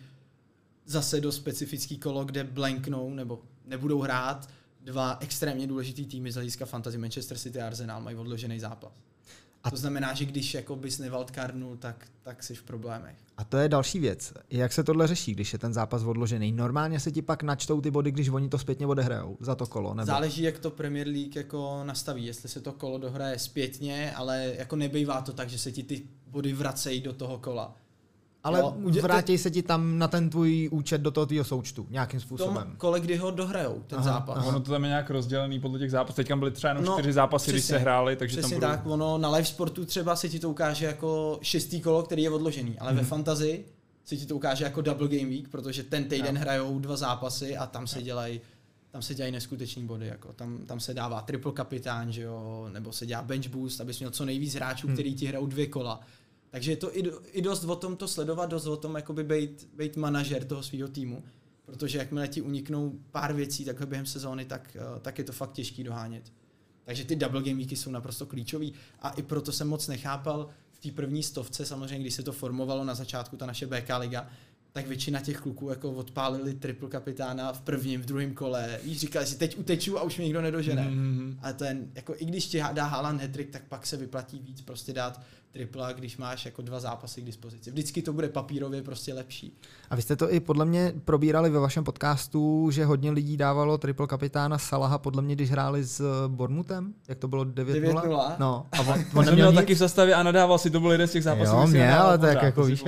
[SPEAKER 2] zase do specifický kolo, kde blanknou nebo nebudou hrát 2 extrémně důležitý týmy z hlediska fantasy. Manchester City a Arsenal mají odložený zápas. To znamená, že když jako bys nevaldcardnul, tak jsi v problémech.
[SPEAKER 1] A to je další věc. Jak se tohle řeší, když je ten zápas odložený? Normálně se ti pak načtou ty body, když oni to zpětně odehrajou za to kolo? Nebo?
[SPEAKER 2] Záleží, jak to Premier League jako nastaví. Jestli se to kolo dohraje zpětně, ale jako nebejvá to tak, že se ti ty body vracejí do toho kola.
[SPEAKER 1] Ale vrátí se ti tam na ten tvůj účet do toho tvýho součtu nějakým způsobem.
[SPEAKER 2] Tom kole, kdy ho dohrajou, ten zápas.
[SPEAKER 3] Aha. Ono to tam je nějak rozdělený podle těch zápasů. Teďka byly třeba jenom 4 zápasy, přesně, když se hráli, takže
[SPEAKER 2] přesně
[SPEAKER 3] tam budou...
[SPEAKER 2] tak, ono na live sportu třeba se ti to ukáže jako 6. kolo, který je odložený, ale ve fantasy se ti to ukáže jako double game week, protože ten týden hrajou 2 zápasy a tam se dělají neskutečný body, jako tam se dává triple kapitán, že jo, nebo se dělá bench boost, abys měl co nejvíc hráčů, který ti hrajou 2 kola. Takže je to i dost o tom to sledovat, dost o tom jakoby být manažer toho svého týmu, protože jakmile ti uniknou pár věcí takhle během sezóny, tak je to fakt těžký dohánět. Takže ty double game weeky jsou naprosto klíčový a i proto jsem moc nechápal v té první 100, samozřejmě, když se to formovalo na začátku, ta naše BK liga, tak většina těch kluků jako odpálili triple kapitána v prvním, v druhém kole. Víš, říkali si, teď uteču a už mě nikdo nedožene. Ale to je, jako i když ti dá Haaland hat-trick, tak pak se vyplatí víc prostě dát tripla, když máš jako 2 zápasy k dispozici. Vždycky to bude papírově prostě lepší.
[SPEAKER 1] A vy jste to i podle mě probírali ve vašem podcastu, že hodně lidí dávalo triple kapitána Salaha, podle mě, když hráli s Bournemouthem, jak to bylo 9-0? No,
[SPEAKER 3] a on neměl taky v sestavě a nadával si, to byl jeden z těch zápasů.
[SPEAKER 1] Jo, měl, ale tak jako víš.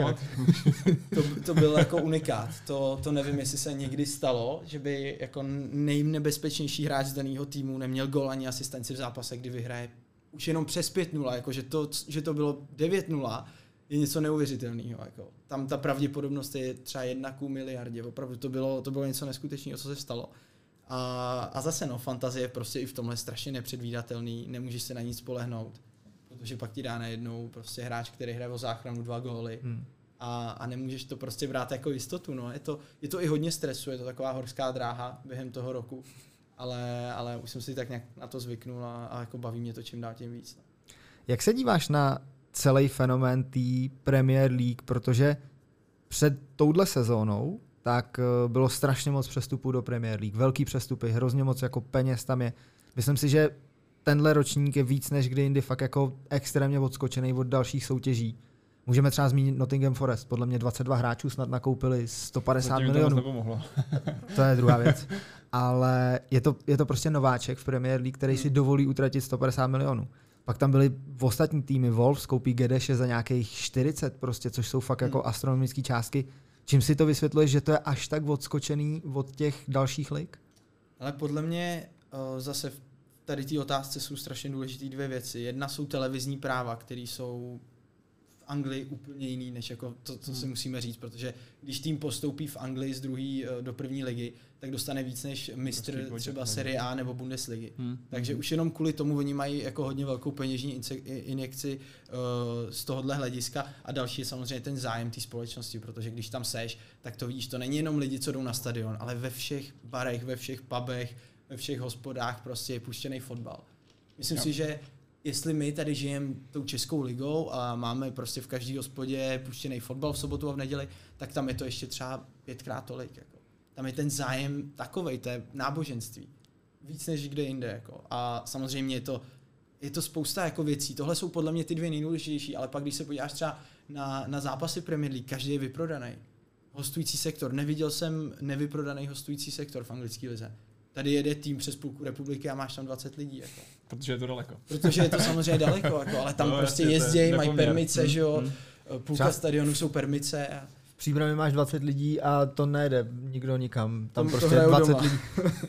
[SPEAKER 2] To byl jako unikát. To nevím, jestli se někdy stalo, že by jako nejnebezpečnější hráč z daného týmu neměl gól ani asistenci v zápase, kdy vyhraje už jenom přes 5-0, jako že to bylo 9-0, je něco neuvěřitelného. Jako. Tam ta pravděpodobnost je třeba 1:1 opravdu to bylo něco neskutečného, co se stalo. A zase fantazie je prostě i v tomhle strašně nepředvídatelný, nemůžeš se na nic spolehnout, protože pak ti dá najednou prostě hráč, který hraje o záchranu 2 góly a nemůžeš to prostě brát jako jistotu. No. Je to i hodně stresu, je to taková horská dráha během toho roku. Ale už jsem si tak nějak na to zvyknul a jako baví mě to čím dál tím víc.
[SPEAKER 1] Jak se díváš na celý fenomén té Premier League, protože před touhle sezónou tak bylo strašně moc přestupů do Premier League, velký přestupy, hrozně moc jako peněz tam je. Myslím si, že tenhle ročník je víc než kdy jindy fakt jako extrémně odskočený od dalších soutěží. Můžeme třeba zmínit Nottingham Forest, podle mě 22 hráčů snad nakoupili 150 milionů. To je druhá věc. Ale je to prostě nováček v Premier League, který si dovolí utratit 150 milionů. Pak tam byly v ostatní týmy, Wolves koupí Gedeše za nějakých 40 prostě, což jsou fakt jako astronomické částky. Čím si to vysvětluješ, že to je až tak odskočený od těch dalších lig?
[SPEAKER 2] Ale podle mě zase v tady té otázce jsou strašně důležité dvě věci. Jedna jsou televizní práva, které jsou v Anglii úplně jiný, než jako to, co si musíme říct, protože když tým postoupí v Anglii z druhé do první ligy, tak dostane víc než mistr třeba Serie A nebo Bundesligy. Takže už jenom kvůli tomu oni mají jako hodně velkou peněžní injekci z tohohle hlediska a další je samozřejmě ten zájem té společnosti, protože když tam seš, tak to víš, to není jenom lidi, co jdou na stadion, ale ve všech barech, ve všech pubech, ve všech hospodách prostě je puštěný fotbal. Myslím si, že jestli my tady žijeme tou českou ligou a máme prostě v každý hospodě puštěný fotbal v sobotu a v neděli, tak tam je to ještě třeba 5x tolik. Jako. Tam je ten zájem takovej, to je náboženství. Víc než kde jinde. Jako. A samozřejmě je to spousta jako věcí. Tohle jsou podle mě ty dvě nejdůležitější, ale pak když se podíváš třeba na zápasy Premier League, každý je vyprodaný. Hostující sektor. Neviděl jsem nevyprodaný hostující sektor v anglické lize. Tady jede tým přes půlku republiky a máš tam 20 lidí. Jako.
[SPEAKER 3] Protože je to daleko.
[SPEAKER 2] Protože je to samozřejmě daleko, jako, ale tam prostě jezdí, mají permice, že jo, půlka stadionu jsou permice. A...
[SPEAKER 1] V Příbrami máš 20 lidí a to nejde nikdo nikam. Tam prostě 20
[SPEAKER 2] doma.
[SPEAKER 1] lidí.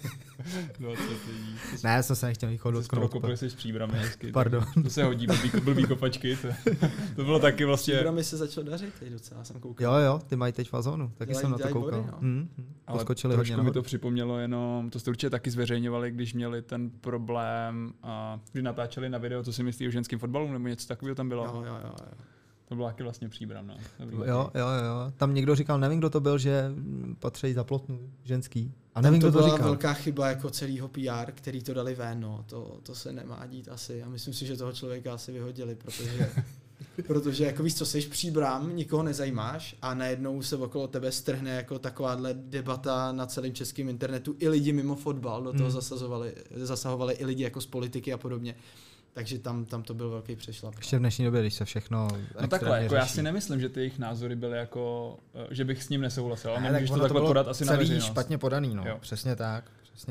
[SPEAKER 3] 20 lidí.
[SPEAKER 1] Ne, já jsem se nechtěl nikoho dotknout.
[SPEAKER 3] Prokopil jsi s Příbrami hezky.
[SPEAKER 1] Pardon.
[SPEAKER 3] To se hodí, blbý kopačky. To bylo taky vlastně...
[SPEAKER 2] Příbrami se začalo dařit teď docela, jsem koukal.
[SPEAKER 1] Jo, ty mají teď fazónu, taky jsem na to koukal.
[SPEAKER 2] Body, no.
[SPEAKER 3] Ale trošku mi to připomnělo jenom, to jste určitě taky zveřejňovali, když měli ten problém, když natáčeli na video, co si myslí o ženském fotbalu, nebo něco takového tam bylo.
[SPEAKER 2] Jo.
[SPEAKER 3] To bylo taky vlastně Příbram, no.
[SPEAKER 1] Jo. Tam někdo říkal, nevím, kdo to byl, že patří za Plotnu, ženský. A nevím, kdo to říkal.
[SPEAKER 2] To byla velká chyba jako celého PR, který to dali ven, no. To se nemá dít asi. A myslím si, že toho člověka asi vyhodili, protože jako víš co, seš Příbram, nikoho nezajímáš a najednou se okolo tebe strhne jako takováhle debata na celém českém internetu. I lidi mimo fotbal do toho zasahovali i lidi jako z politiky a podobně. Takže tam to byl velký přešlap.
[SPEAKER 1] Ještě v dnešní době, když se všechno
[SPEAKER 3] no takhle, jako já si nemyslím, že ty jejich názory byly jako, že bych s ním nesouhlasil, ale můžeš to takhle podat asi na veřejnost.
[SPEAKER 1] Špatně podaný, no. Jo. Přesně tak.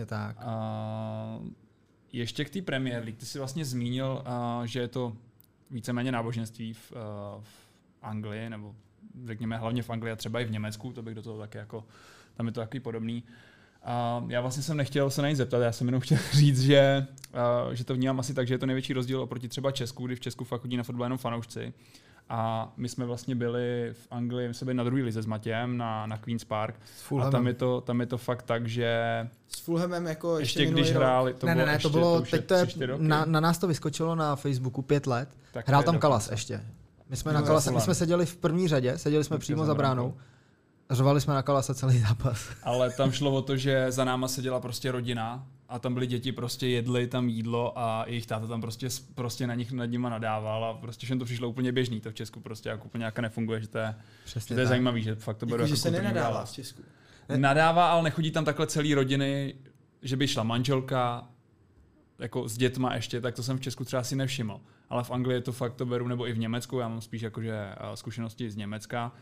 [SPEAKER 3] Ještě k té Premier League, ty jsi vlastně zmínil, že je to víceméně náboženství v Anglii, nebo řekněme hlavně v Anglii a třeba i v Německu, to bych do toho taky jako, tam je to takový podobný. Já vlastně jsem nechtěl se na nic zeptat, já jsem jenom chtěl říct, že to vnímám asi tak, že je to největší rozdíl oproti třeba Česku, kdy v Česku fakt chodí na fotbal jenom fanoušci. A my jsme vlastně byli v Anglii, my jsme byli na druhé lize s Matějem na Queen's Park. A tam je to fakt tak, že...
[SPEAKER 2] S Fulhamem jako
[SPEAKER 3] ještě když hráli...
[SPEAKER 1] To bylo teď to je, na nás to vyskočilo na Facebooku 5 let. Tak hrál tam Kalas ještě. My jsme na Kalase, my jsme seděli v první řadě, seděli jsme přímo za bránou. Řvali jsme na Kalase celý zápas.
[SPEAKER 3] Ale tam šlo o to, že za náma seděla prostě rodina a tam byly děti, prostě jedli tam jídlo a jejich táta tam prostě nad nima nadával a prostě všem to přišlo úplně běžný. To v Česku prostě jako úplně nějaká nefunguje, že to je zajímavý, že fakt to beru jako
[SPEAKER 2] že se nenadává v Česku.
[SPEAKER 3] Nadává, ale nechodí tam takhle celý rodiny, že by šla manželka jako s dětma ještě, tak to jsem v Česku třeba si nevšiml. Ale v Anglii to fakt to beru, nebo i v Německu, já mám spíš jakože zkušenosti z Německa,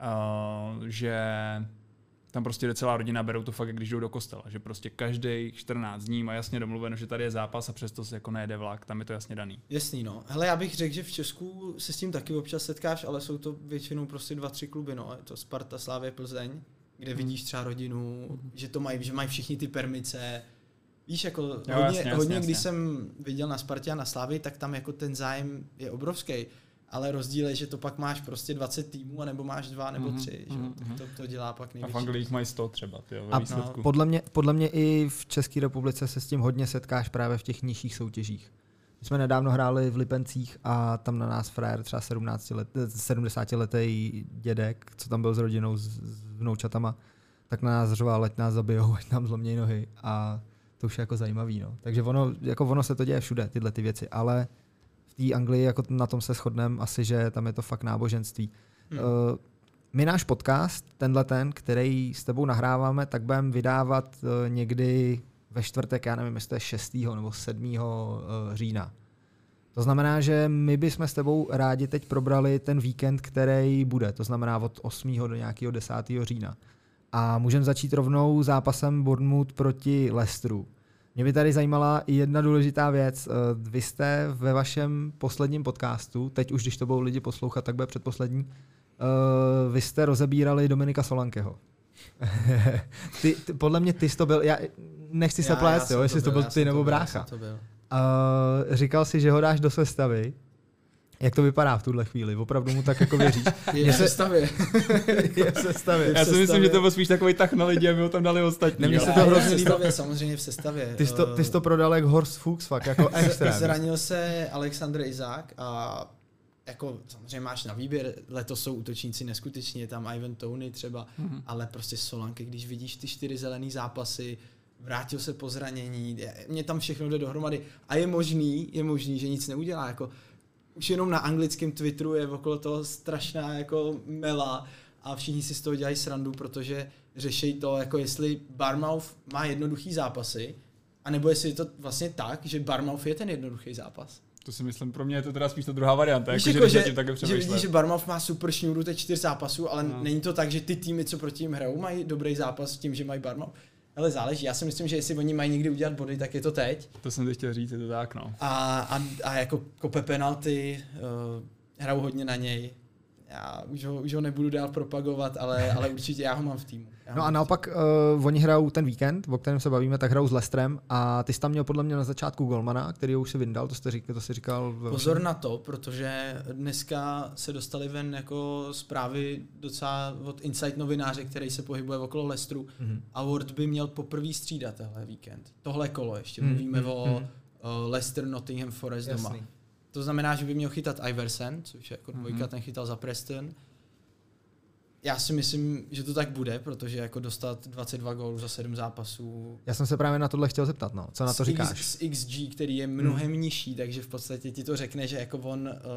[SPEAKER 3] že tam prostě celá rodina berou to fakt, když jdou do kostela, že prostě každý 14 dní má jasně domluveno, že tady je zápas a přesto se jako nejede vlak, tam je to jasně daný.
[SPEAKER 2] Jasný, no. Hele, já bych řekl, že v Česku se s tím taky občas setkáš, ale jsou to většinou prostě 2-3 kluby, no. Je to Sparta, Slavia, Plzeň, kde vidíš třeba rodinu, že mají všichni ty permice. Víš, jako hodně, když jsem viděl na Spartě a na Slavii, tak tam jako ten zájem je obrovský. Ale rozdíl je, že to pak máš prostě 20 týmů, anebo máš 2 nebo 3. To dělá pak největší.
[SPEAKER 3] A v Anglii mají 100 třeba.
[SPEAKER 1] Podle mě i v České republice se s tím hodně setkáš právě v těch nižších soutěžích. My jsme nedávno hráli v Lipencích a tam na nás frajer třeba 70letý dědek, co tam byl s rodinou, s vnoučatama, tak na nás řval, ať nás zabijou, ať nám zlomněj nohy. A to už je jako zajímavý. No. Takže ono se to děje všude, tyhle ty věci. Ale v té Anglii jako na tom se shodneme asi, že tam je to fakt náboženství. My náš podcast, který s tebou nahráváme, tak budeme vydávat někdy ve čtvrtek, já nevím, jestli to je 6. nebo 7. října. To znamená, že my bychom s tebou rádi teď probrali ten víkend, který bude. To znamená od 8. do nějakého 10. října. A můžeme začít rovnou zápasem Bournemouth proti Leicesteru. Mě by tady zajímala i jedna důležitá věc. Vy jste ve vašem posledním podcastu, teď už když to budou lidi poslouchat, tak bude předposlední, vy jste rozebírali Dominika Solankeho. Podle mě ty jsi to byl, já nechci se plést, jo, jestli to byl ty nebo brácha. Říkal si, že ho dáš do sestavy. Jak to vypadá v tuhle chvíli? Opravdu mu tak jako věříš?
[SPEAKER 2] Je v sestavě.
[SPEAKER 3] Já si myslím, že to byl spíš takový tah na lidi, aby ho tam dali ostatní.
[SPEAKER 2] Mně se to hrozně líbilo. Samozřejmě v sestavě.
[SPEAKER 1] Ty jsi to prodal jak Horst Fuchs, fakt jako extra.
[SPEAKER 2] Zranil se Alexander Isak a jako samozřejmě máš na výběr, letos jsou útočníci neskuteční, je tam Ivan Toney třeba, ale prostě Solanke, když vidíš ty 4 zelený zápasy, vrátil se po zranění, mě tam všechno jde dohromady a je možný, že nic neudělá, jako už jenom na anglickém Twitteru je okolo toho strašná jako mela a všichni si z toho dělají srandu, protože řeší to, jako jestli Bournemouth má jednoduchý zápasy, anebo jestli je to vlastně tak, že Bournemouth je ten jednoduchý zápas.
[SPEAKER 3] To si myslím, pro mě je to teda spíš ta druhá varianta,
[SPEAKER 2] že vidíš, že Bournemouth má super šňůru teď 4 zápasů, ale není to tak, že ty týmy, co proti jim hrajou, mají dobrý zápas s tím, že mají Bournemouth. Ale záleží, já si myslím, že jestli oni mají někdy udělat body, tak je to teď.
[SPEAKER 3] To jsem teď chtěl říct, je to tak, no.
[SPEAKER 2] A jako kope penalty, hrajou hodně na něj. Já už ho nebudu dál propagovat, ale určitě já ho mám v týmu.
[SPEAKER 1] No a naopak oni hrajou ten víkend, o kterém se bavíme, tak hrajou s Leicesterem a ty jsi tam měl podle mě na začátku golmana, který už si vyndal, to jsi říkal.
[SPEAKER 2] Pozor na to, protože dneska se dostali ven jako zprávy docela od Insight novináře, který se pohybuje okolo Leicesteru a Ward by měl poprvé střídat tenhle víkend. Tohle kolo ještě, mluvíme o Leicester Nottingham Forest doma. To znamená, že by měl chytat Iversen, což je jako dvojka, ten chytal za Preston. Já si myslím, že to tak bude, protože jako dostat 22 gólů za 7 zápasů.
[SPEAKER 1] Já jsem se právě na tohle chtěl zeptat, no. Co na to říkáš?
[SPEAKER 2] S XG, který je mnohem nižší, takže v podstatě ti to řekne, že jako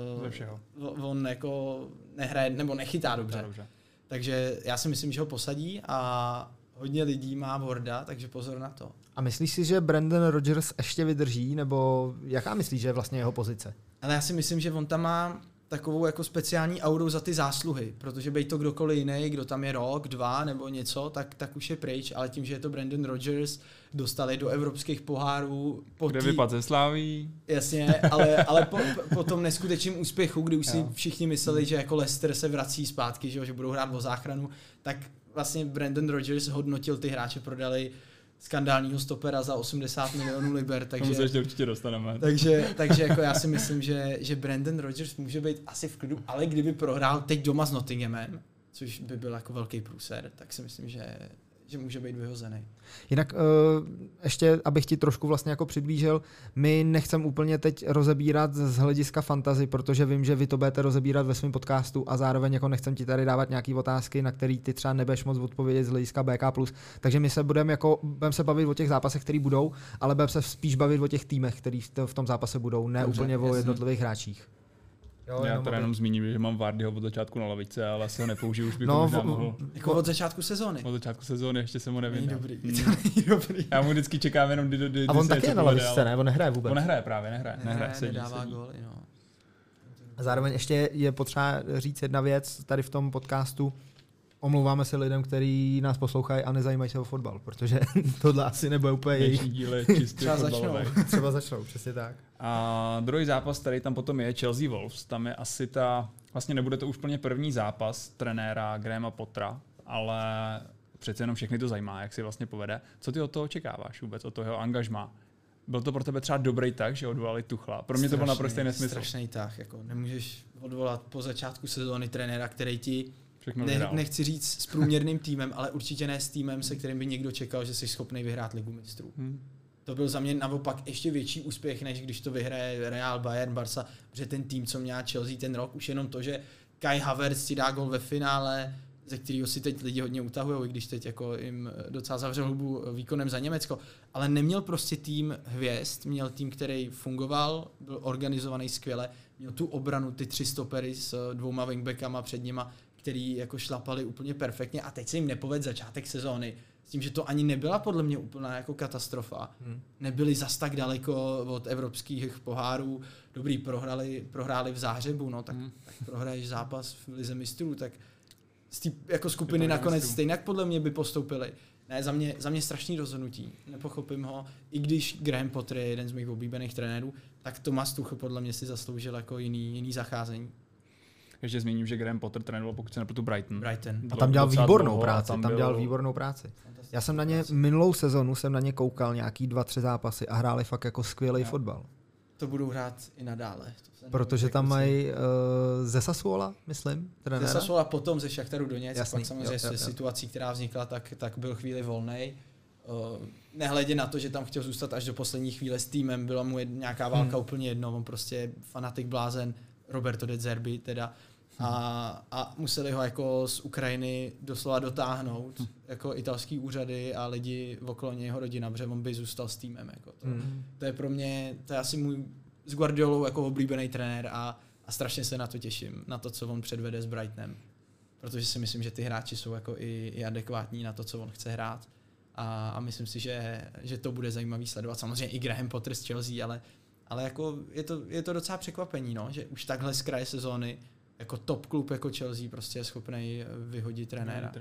[SPEAKER 2] on jako nehraje nebo nechytá dobře. Takže já si myslím, že ho posadí a hodně lidí má Warda, takže pozor na to.
[SPEAKER 1] A myslíš si, že Brendan Rodgers ještě vydrží, nebo jaká myslíš, že je vlastně jeho pozice?
[SPEAKER 2] Ale já si myslím, že on tam má takovou jako speciální auru za ty zásluhy, protože bej to kdokoliv jiný, kdo tam je rok, 2 nebo něco, tak už je pryč, ale tím, že je to Brendan Rodgers, dostali do evropských pohárů.
[SPEAKER 3] Kde vypadl ze Slaví.
[SPEAKER 2] Jasně, ale po tom neskutečném úspěchu, kdy už si všichni mysleli, že jako Leicester se vrací zpátky, že budou hrát o záchranu, tak vlastně Brendan Rodgers hodnotil ty hráče, prodali skandálního stopera za 80 milionů liber, takže
[SPEAKER 3] se ještě určitě dostaneme.
[SPEAKER 2] Takže jako já si myslím, že Brendan Rodgers může být asi v klidu, ale kdyby prohrál teď doma s Nottinghamem, což by byl jako velký průser, tak si myslím, že může být vyhozený.
[SPEAKER 1] Jinak ještě, abych ti trošku vlastně jako přiblížil, my nechcem úplně teď rozebírat z hlediska fantasy, protože vím, že vy to budete rozebírat ve svém podcastu a zároveň jako nechcem ti tady dávat nějaké otázky, na které ty třeba nebudeš moc odpovědět z hlediska BK+. Takže my se budeme se bavit o těch zápasech, které budou, ale budeme se spíš bavit o těch týmech, který v tom zápase budou, ne dobře, úplně o jednotlivých hráčích.
[SPEAKER 3] Jo, já teda jenom zmíním, že mám Vardyho od začátku na lavice, ale asi ho nepoužiju, už bych ho možná mohl.
[SPEAKER 2] Jako od začátku sezóny.
[SPEAKER 3] Od začátku sezóny, ještě jsem ho neviděl.
[SPEAKER 2] Není dobrý.
[SPEAKER 3] Já mu vždycky čekám jenom, kdy
[SPEAKER 1] a on taky je na lavice, ne? On nehraje vůbec.
[SPEAKER 3] On nehraje právě, nehraje.
[SPEAKER 2] Nedává góly, no.
[SPEAKER 1] A zároveň ještě je potřeba říct jedna věc tady v tom podcastu. Omlouváme se lidem, kteří nás poslouchají a nezajímají se o fotbal, protože tohle asi nebude úplně jejich.
[SPEAKER 3] Díle čistě
[SPEAKER 1] Třeba začnou, přesně tak.
[SPEAKER 3] A druhý zápas, který tam potom je Chelsea Wolves, tam je asi vlastně nebude to už úplně první zápas trenéra Grahama Pottera, ale přece jenom všechny to zajímá, jak si vlastně povede. Co ty od toho očekáváš vůbec, od toho jeho angažmá? Byl to pro tebe třeba dobrý tah, že odvolali Tuchla? Pro mě to byl naprostý nesmysl.
[SPEAKER 2] Strašný tah, jako nemůžeš odvolat po začátku sezóny trenéra, který ti nechci říct s průměrným týmem, ale určitě ne s týmem, se kterým by někdo čekal, že jsi schopný vyhrát Ligu mistrů. To byl za mě naopak ještě větší úspěch, než když to vyhraje Real, Bayern, Barca, protože ten tým, co měl Chelsea ten rok, už jenom to, že Kai Havertz si dá gol ve finále, ze kterého si teď lidi hodně utahují, i když teď jako jim docela zavřel hubu výkonem za Německo, ale neměl prostě tým hvězd, měl tým, který fungoval, byl organizovaný skvěle, měl tu obranu, ty 3 stopery s 2 wingbackama před nima, který jako šlapali úplně perfektně a teď se jim nepovedl začátek sezóny. S tím, že to ani nebyla podle mě úplná jako katastrofa. Nebyli zas tak daleko od evropských pohárů. Dobrý, prohráli v Záhřebu, no tak prohraješ zápas v Lize mistrů, tak z té jako skupiny nakonec stejně podle mě by postoupili. Ne, za mě strašný rozhodnutí. Nepochopím ho. I když Graham Potter je jeden z mých oblíbených trenérů, tak Thomas Tuchel podle mě si zasloužil jako jiný zacházení.
[SPEAKER 3] Ještě zmíním, že Graham Potter trénoval, pokud se nepletu, Brighton.
[SPEAKER 1] A tam dělal výbornou práci. Já jsem na ně minulou sezonu koukal nějaký 2-3 zápasy a hráli fakt jako skvělý fotbal.
[SPEAKER 2] To budou hrát i nadále.
[SPEAKER 1] Protože tam mají ze Sassuola, myslím, trenéra.
[SPEAKER 2] Ze Sassuola, potom ze Šachtaru Doněck, pak samozřejmě situací, která vznikla, tak byl chvíli volnej. Nehledě na to, že tam chtěl zůstat až do poslední chvíle s týmem, byla mu nějaká válka úplně jedno, on prostě fanatik blázen, Roberto De Zerbi teda, a museli ho jako z Ukrajiny doslova dotáhnout, jako italský úřady a lidi okolo něho, rodina, protože on by zůstal s týmem. Jako to je pro mě, to je asi můj s Guardiolou jako oblíbený trenér a strašně se na to těším, na to, co on předvede s Brightonem, protože si myslím, že ty hráči jsou jako i adekvátní na to, co on chce hrát. A myslím si, že to bude zajímavý sledovat. Samozřejmě i Graham Potter z Chelsea, ale jako je to docela překvapení, no, že už takhle z kraje sezóny jako top klub jako Chelsea prostě je schopný vyhodit trenéra.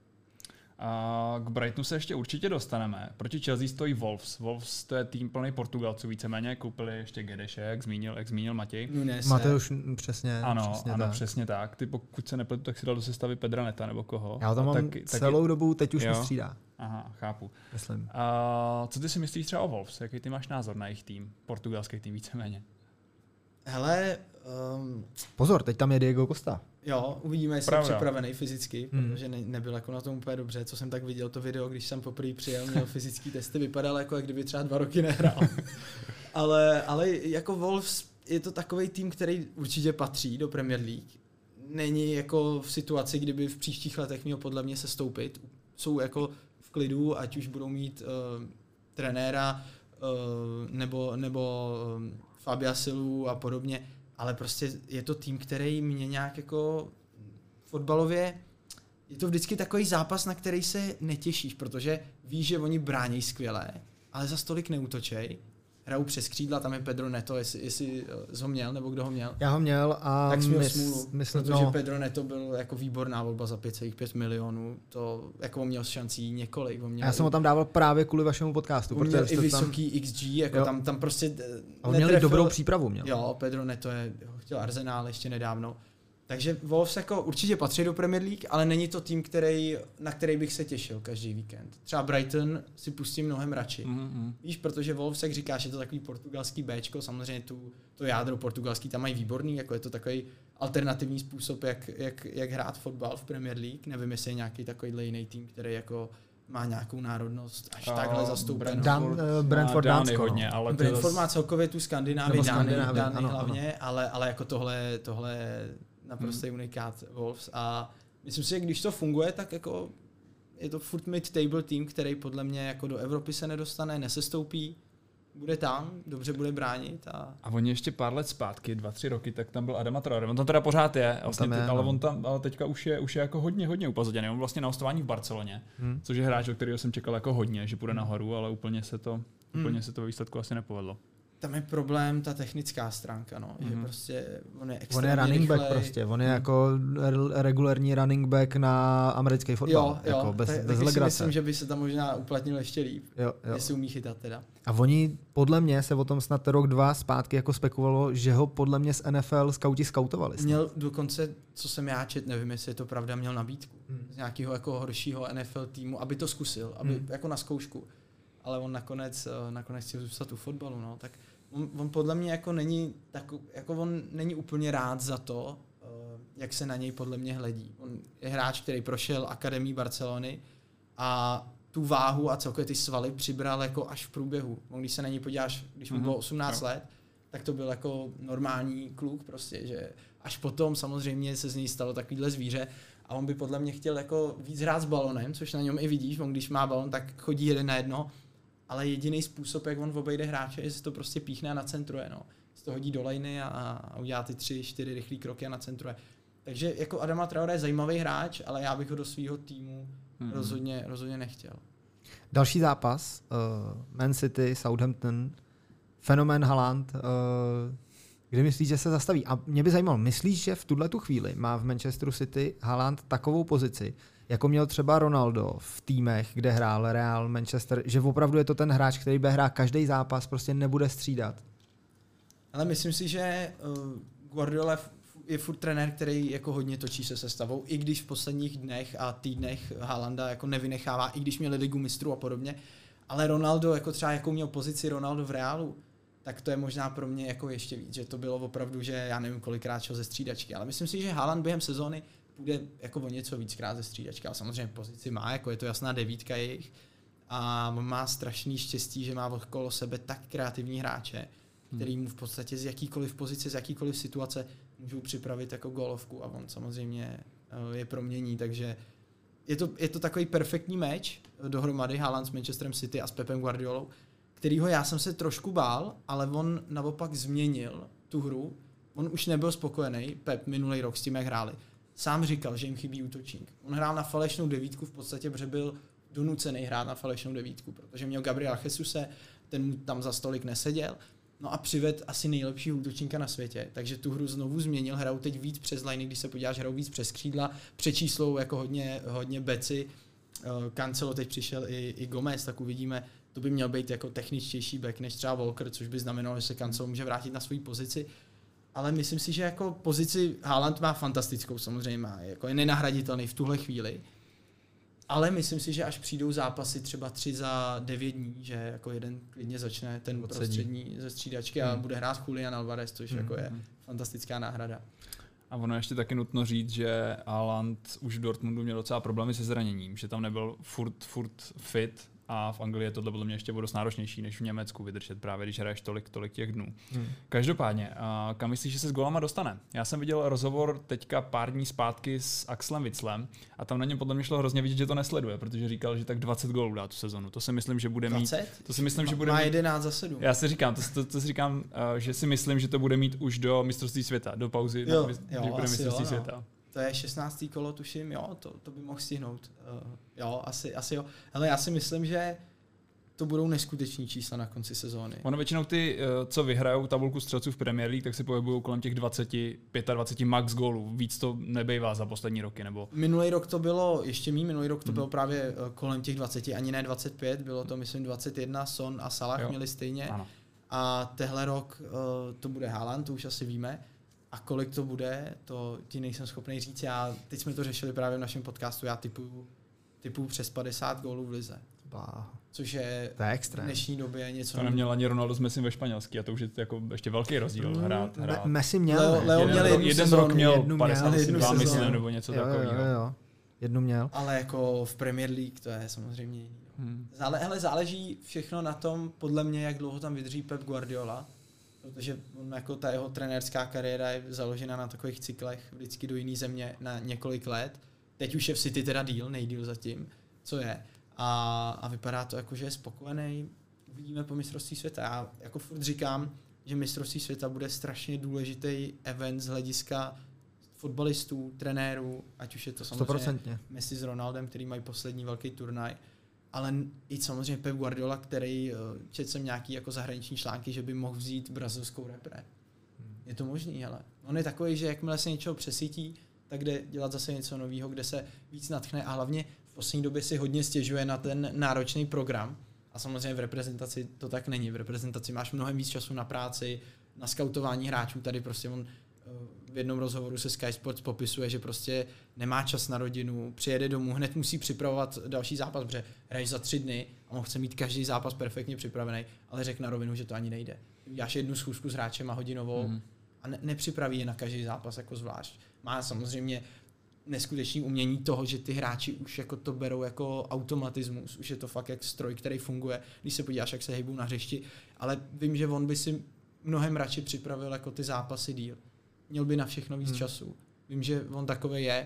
[SPEAKER 3] A k Brightonu se ještě určitě dostaneme. Proti Chelsea stojí Wolves. Wolves to je tým plný Portugalců víceméně. Koupili ještě Gedeše, jak zmínil Matěj.
[SPEAKER 1] Mateusz, přesně.
[SPEAKER 3] Ano, přesně tak. Ty pokud se nepletu, tak si dal do sestavy Pedra Neta nebo koho.
[SPEAKER 1] Já tam mám celou dobu, teď už mi střídá.
[SPEAKER 3] Aha, chápu.
[SPEAKER 1] Myslím.
[SPEAKER 3] A co ty si myslíš třeba o Wolves? Jaký ty máš názor na jejich tým? Portugalský tým víceméně.
[SPEAKER 2] Hele,
[SPEAKER 1] pozor, teď tam je Diego Costa.
[SPEAKER 2] Jo, uvidíme, jestli je připravený fyzicky, protože nebyl jako na tom úplně dobře. Co jsem tak viděl to video, když jsem poprvé přijel, měl fyzický testy, vypadal jako jak kdyby třeba 2 roky nehrál. ale jako Wolves je to takový tým, který určitě patří do Premier League. Není jako v situaci, kdyby v příštích letech měl podle mě sestoupit. Jsou jako v klidu, ať už budou mít trenéra nebo Fabia Silu a podobně, ale prostě je to tým, který mě nějak jako fotbalově, je to vždycky takový zápas, na který se netěšíš, protože víš, že oni brání skvěle, ale za stolik neútočej. Hrajou přes křídla, tam je Pedro Neto, jestli jsi ho měl, nebo kdo ho měl.
[SPEAKER 1] Já ho měl a
[SPEAKER 2] tak jsi měl smůlu, protože Pedro Neto byl jako výborná volba za 5,5 milionů, to jako on měl šancí několik.
[SPEAKER 1] Já jsem ho tam dával právě kvůli vašemu podcastu.
[SPEAKER 2] On měl i vysoký XG, jako tam prostě
[SPEAKER 1] on měl i dobrou přípravu. Měl.
[SPEAKER 2] Jo, Pedro Neto chtěl Arsenal ještě nedávno. Takže Wolves jako určitě patří do Premier League, ale není to tým, na který bych se těšil každý víkend. Třeba Brighton si pustím mnohem radši. Víš, protože Wolves, jak říkáš, je to takový portugalský Bčko, samozřejmě to jádro portugalský tam mají výborný, jako je to takový alternativní způsob, jak hrát fotbal v Premier League. Nevím, jestli je nějaký takovýhle jiný tým, který jako má nějakou národnost až takhle zastoupenou.
[SPEAKER 1] Brentford Dánsko.
[SPEAKER 3] Hodně, ale
[SPEAKER 2] Brentford má celkově tu Skandinávii, Dány hlavně, ale jako tohle naprostý unikát Wolves a myslím si, že když to funguje, tak jako je to furt mid-table tým, který podle mě jako do Evropy se nedostane, nesestoupí, bude tam, dobře bude bránit.
[SPEAKER 3] A oni ještě pár let zpátky, 2-3 roky, tak tam byl Adama Traoré. On tam teda pořád je, ale teďka už je jako hodně upozaděný. On vlastně na hostování v Barceloně, což je hráč, o kterého jsem čekal jako hodně, že půjde nahoru, ale úplně se to ve výsledku asi nepovedlo.
[SPEAKER 2] Tam je problém ta technická stránka, no. Že prostě on je extrémně
[SPEAKER 1] on je running
[SPEAKER 2] rychlej.
[SPEAKER 1] back prostě, on je jako regulární running back na americký fotbal,
[SPEAKER 2] jo,
[SPEAKER 1] jako bez
[SPEAKER 2] legrace. Si myslím, že by se tam možná uplatnil ještě líp, jestli umí chytat teda.
[SPEAKER 1] A oni, podle mě, se o tom snad rok, 2 zpátky jako spekulovalo, že ho podle mě z NFL skauti skautovali.
[SPEAKER 2] Měl dokonce, co jsem já čet, nevím, jestli je to pravda, měl nabídku z nějakého jako horšího NFL týmu, aby to zkusil, aby jako na zkoušku. Ale on nakonec chtěl zůstat u fotbalu, no, tak on podle mě jako není on není úplně rád za to, jak se na něj podle mě hledí. On je hráč, který prošel akademii Barcelony a tu váhu a celkově ty svaly přibral jako až v průběhu. Když se na něj podíváš, když mu bylo 18 let, tak to byl jako normální kluk prostě, že až potom samozřejmě se z něj stalo takovýhle zvíře a on by podle mě chtěl jako víc hrát s balonem, což na něm i vidíš, on když má balon, tak chodí jeden na jedno, ale jediný způsob, jak on obejde hráče, je, že se to prostě píchne a nacentruje, no. Se to hodí do lajny a udělá ty 3-4 rychlý kroky a nacentruje. Takže jako Adama Traoré je zajímavý hráč, ale já bych ho do svého týmu rozhodně nechtěl.
[SPEAKER 1] Další zápas, Man City, Southampton, fenomén Haaland, kdy myslíš, že se zastaví? A mě by zajímalo, myslíš, že v tuhletu chvíli má v Manchesteru City Haaland takovou pozici, jako měl třeba Ronaldo v týmech, kde hrál Real, Manchester, že opravdu je to ten hráč, který bude hrát každý zápas, prostě nebude střídat?
[SPEAKER 2] Ale myslím si, že Guardiola je furt trenér, který jako hodně točí se sestavou, i když v posledních dnech a týdnech Haalanda jako nevynechává, i když měli ligu mistrů a podobně. Ale Ronaldo, jako třeba jakou měl pozici Ronaldo v Reálu, tak to je možná pro mě jako ještě víc, že to bylo opravdu, že já nevím kolikrát šel ze střídačky, ale myslím si, že Haaland během sezóny půjde jako o něco víckrát ze střídačky, ale samozřejmě pozici má, jako je to jasná devítka jejich a má strašný štěstí, že má okolo sebe tak kreativní hráče, který mu v podstatě z jakýkoliv pozice, z jakýkoliv situace můžou připravit jako gólovku a on samozřejmě je promění, takže je to takový perfektní meč dohromady Haaland s Manchesterem City a s Pepem Guardiolou, kterýho já jsem se trošku bál, ale on naopak změnil tu hru. On už nebyl spokojený, Pep, minulý rok s tím, jak hráli. Sám říkal, že jim chybí útočník. On hrál na falešnou devítku, v podstatě, protože byl donucený hrát na falešnou devítku, protože měl Gabriela Jesuse, ten mu tam za stolik neseděl. No a přived asi nejlepšího útočníka na světě, takže tu hru znovu změnil, hrajou teď víc přes liney, když se podíváš, hrajou víc přes křídla, přečíslou jako hodně beci. Cancelo teď přišel i Gomez, tak uvidíme, to by měl být jako techničtější back než třeba Walker, což by znamenalo, že se Cancelo může vrátit na svou pozici. Ale myslím si, že jako pozici Haaland má fantastickou, samozřejmě má, jako je nenahraditelný v tuhle chvíli. Ale myslím si, že až přijdou zápasy třeba 3 za 9 dní, že jako jeden klidně začne ten prostřední ze střídačky a bude hrát Julian Alvarez, což jako je fantastická náhrada.
[SPEAKER 3] A ono ještě taky nutno říct, že Haaland už v Dortmundu měl docela problémy se zraněním, že tam nebyl furt fit a v Anglii je tohle podle mě ještě dost náročnější než v Německu vydržet právě, když hraješ tolik těch dnů. Každopádně, kam myslíš, že se s gólama dostane? Já jsem viděl rozhovor teďka pár dní zpátky s Axelem Witzelem a tam na něm podle mě šlo hrozně vidět, že to nesleduje, protože říkal, že tak 20 gólů dá tu sezonu. To si myslím, že bude
[SPEAKER 2] 20?
[SPEAKER 3] mít. To si myslím, že bude
[SPEAKER 2] má 11 za 7.
[SPEAKER 3] Já si říkám, to si říkám, že si myslím, že to bude mít už do mistrovství světa, do pauzy, když bude mistrovství světa.
[SPEAKER 2] To je 16. kolo, tuším, jo, to by mohl stihnout. Jo, asi jo. Ale já si myslím, že to budou neskuteční čísla na konci sezóny.
[SPEAKER 3] Ono většinou ty, co vyhrajou tabulku střelců v Premier League, tak se pohybují kolem těch 25 max gólů. Víc to nebejvá za poslední roky, nebo?
[SPEAKER 2] Minulý rok to bylo, ještě minulý rok to bylo právě kolem těch 20, ani ne 25, bylo to myslím 21, Son a Salah měli stejně. Ano. A tehle rok to bude Haaland, to už asi víme. A kolik to bude, to ti nejsem schopný říct. Teď jsme to řešili právě v našem podcastu, já typuju přes 50 gólů v lize. Což je v dnešní době něco.
[SPEAKER 3] To neměl ani Ronaldo s Messi ve Španělsku a to už je jako ještě velký rozdíl hrát.
[SPEAKER 1] Messi měl.
[SPEAKER 2] Leo měl
[SPEAKER 3] jeden rok měl 52, myslím, nebo něco takového.
[SPEAKER 1] Jo. Jednu měl.
[SPEAKER 2] Ale jako v Premier League to je samozřejmě jiný. Záleží všechno na tom, podle mě, jak dlouho tam vydrží Pep Guardiola. Protože on jako ta jeho trenérská kariéra je založena na takových cyklech vždycky do jiné země na několik let. Teď už je v City teda nejdýl zatím, co je. A vypadá to jako, že je spokojený. Uvidíme po mistrovství světa. Já jako furt říkám, že mistrovství světa bude strašně důležitý event z hlediska fotbalistů, trenérů, ať už je to samozřejmě
[SPEAKER 1] 100%.
[SPEAKER 2] Messi s Ronaldem, který mají poslední velký turnaj. Ale i samozřejmě Pep Guardiola, který četl jsem nějaký jako zahraniční články, že by mohl vzít brazilskou repre. Je to možný, ale on je takový, že jakmile se něčeho přesytí, tak jde dělat zase něco nového, kde se víc natchne a hlavně v poslední době si hodně stěžuje na ten náročný program. A samozřejmě v reprezentaci to tak není. V reprezentaci máš mnohem víc času na práci, na skautování hráčů. Tady prostě on v jednom rozhovoru se Sky Sports popisuje, že prostě nemá čas na rodinu, přijede domů, hned musí připravovat další zápas, protože hraješ za 3 dny a on chce mít každý zápas perfektně připravený, ale řekl na rovinu, že to ani nejde. Děláš jednu schůzku s hráčem a hodinovou a nepřipraví je na každý zápas jako zvlášť. Má samozřejmě neskutečné umění toho, že ty hráči už jako to berou jako automatismus, už je to fakt jak stroj, který funguje, když se podíváš, jak se hejbou na hřišti, ale vím, že on by si mnohem radši připravil jako ty zápasy díl. Měl by na všechno víc času. Vím, že on takový je,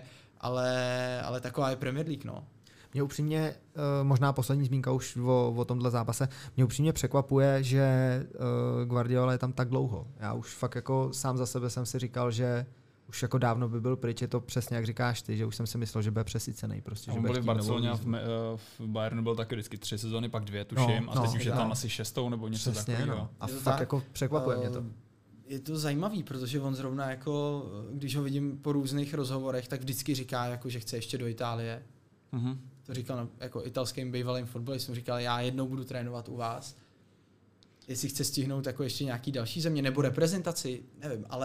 [SPEAKER 2] ale taková je Premier League, no.
[SPEAKER 1] Mě upřímně, možná poslední zmínka už o tomhle zápase, mě upřímně překvapuje, že Guardiola je tam tak dlouho. Já už fakt jako sám za sebe jsem si říkal, že už jako dávno by byl pryč, je to přesně jak říkáš ty, že už jsem si myslel, že bude přesycený. Prostě,
[SPEAKER 3] on byl v Barceloně a v Bayernu byl taky vždycky 3 sezóny, pak 2 tuším, a teď už je tam asi 6. nebo něco takového.
[SPEAKER 1] No. A fakt jako překvapuje mě to.
[SPEAKER 2] Je to zajímavý, protože on zrovna jako, když ho vidím po různých rozhovorech, tak vždycky říká, jako, že chce ještě do Itálie. To říkal jako italským bývalým fotbalistům, říkal, já jednou budu trénovat u vás. Jestli chce stihnout jako ještě nějaký další země nebo reprezentaci, nevím, ale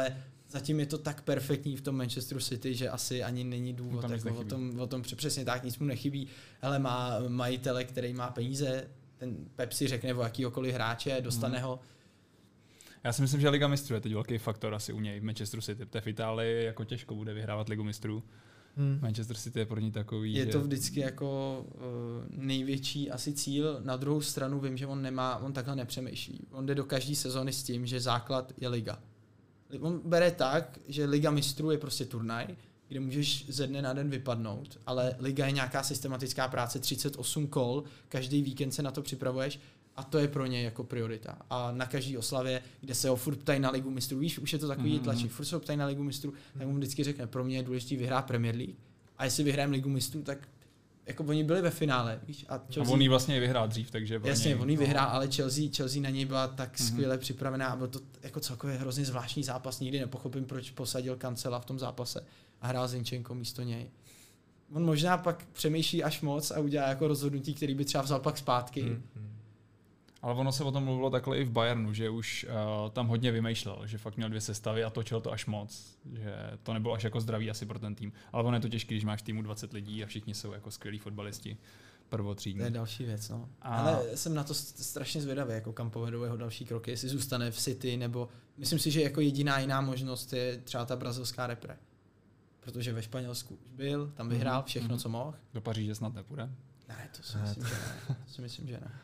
[SPEAKER 2] zatím je to tak perfektní v tom Manchesteru City, že asi ani není důvod jako o tom přesně tak, nic mu nechybí. Hele, má majitele, který má peníze, ten Pep si řekne o jakýhokoliv hráče, dostane ho.
[SPEAKER 3] Já si myslím, že Liga mistrů je teď velký faktor asi u něj v Manchesteru City. V Itálii jako těžko bude vyhrávat Ligu mistrů. Manchester City je pro ní takový,
[SPEAKER 2] je to vždycky jako největší asi cíl. Na druhou stranu vím, že on takhle nepřemýšlí. On jde do každé sezony s tím, že základ je liga. On bere tak, že Liga mistrů je prostě turnaj, kde můžeš ze dne na den vypadnout, ale liga je nějaká systematická práce, 38 kol, každý víkend se na to připravuješ a to je pro něj jako priorita. A na každý oslavě, kde se ho furt ptají na Ligu mistrů, víš, už je to takový tlačí, furt se ho ptají na Ligu mistrů, tak mu vždycky řekne, pro mě je důležitý vyhrát Premier League a jestli vyhrajeme Ligu mistrů, tak jako oni byli ve finále, víš. A
[SPEAKER 3] on jí vlastně vyhrál dřív, takže...
[SPEAKER 2] Jasně, on jí vyhrál, ale Chelsea na něj byla tak skvěle připravená a byl to jako celkově hrozně zvláštní zápas, nikdy nepochopím, proč posadil Cancela v tom zápase a hrál Zinchenko místo něj. On možná pak přemýšlí až moc a udělá jako rozhodnutí, který by třeba vzal pak zpátky.
[SPEAKER 3] Ale ono se o tom mluvilo takhle i v Bayernu, že už tam hodně vymýšlel, že fakt měl 2 sestavy a točil to až moc. Že to nebylo až jako zdravý asi pro ten tým. Ale ono je to těžké, když máš týmu 20 lidí a všichni jsou jako skvělí fotbalisti prvotřídní.
[SPEAKER 2] To je další věc, no. Ale jsem na to strašně zvědavý, jako kam povedou jeho další kroky, jestli zůstane v City, nebo myslím si, že jako jediná jiná možnost je třeba ta brazilská repre. Protože ve Španělsku už byl, tam vyhrál všechno, co mohl.
[SPEAKER 3] Do Paříže snad nepůjde?
[SPEAKER 2] Ne, to si myslím, že ne.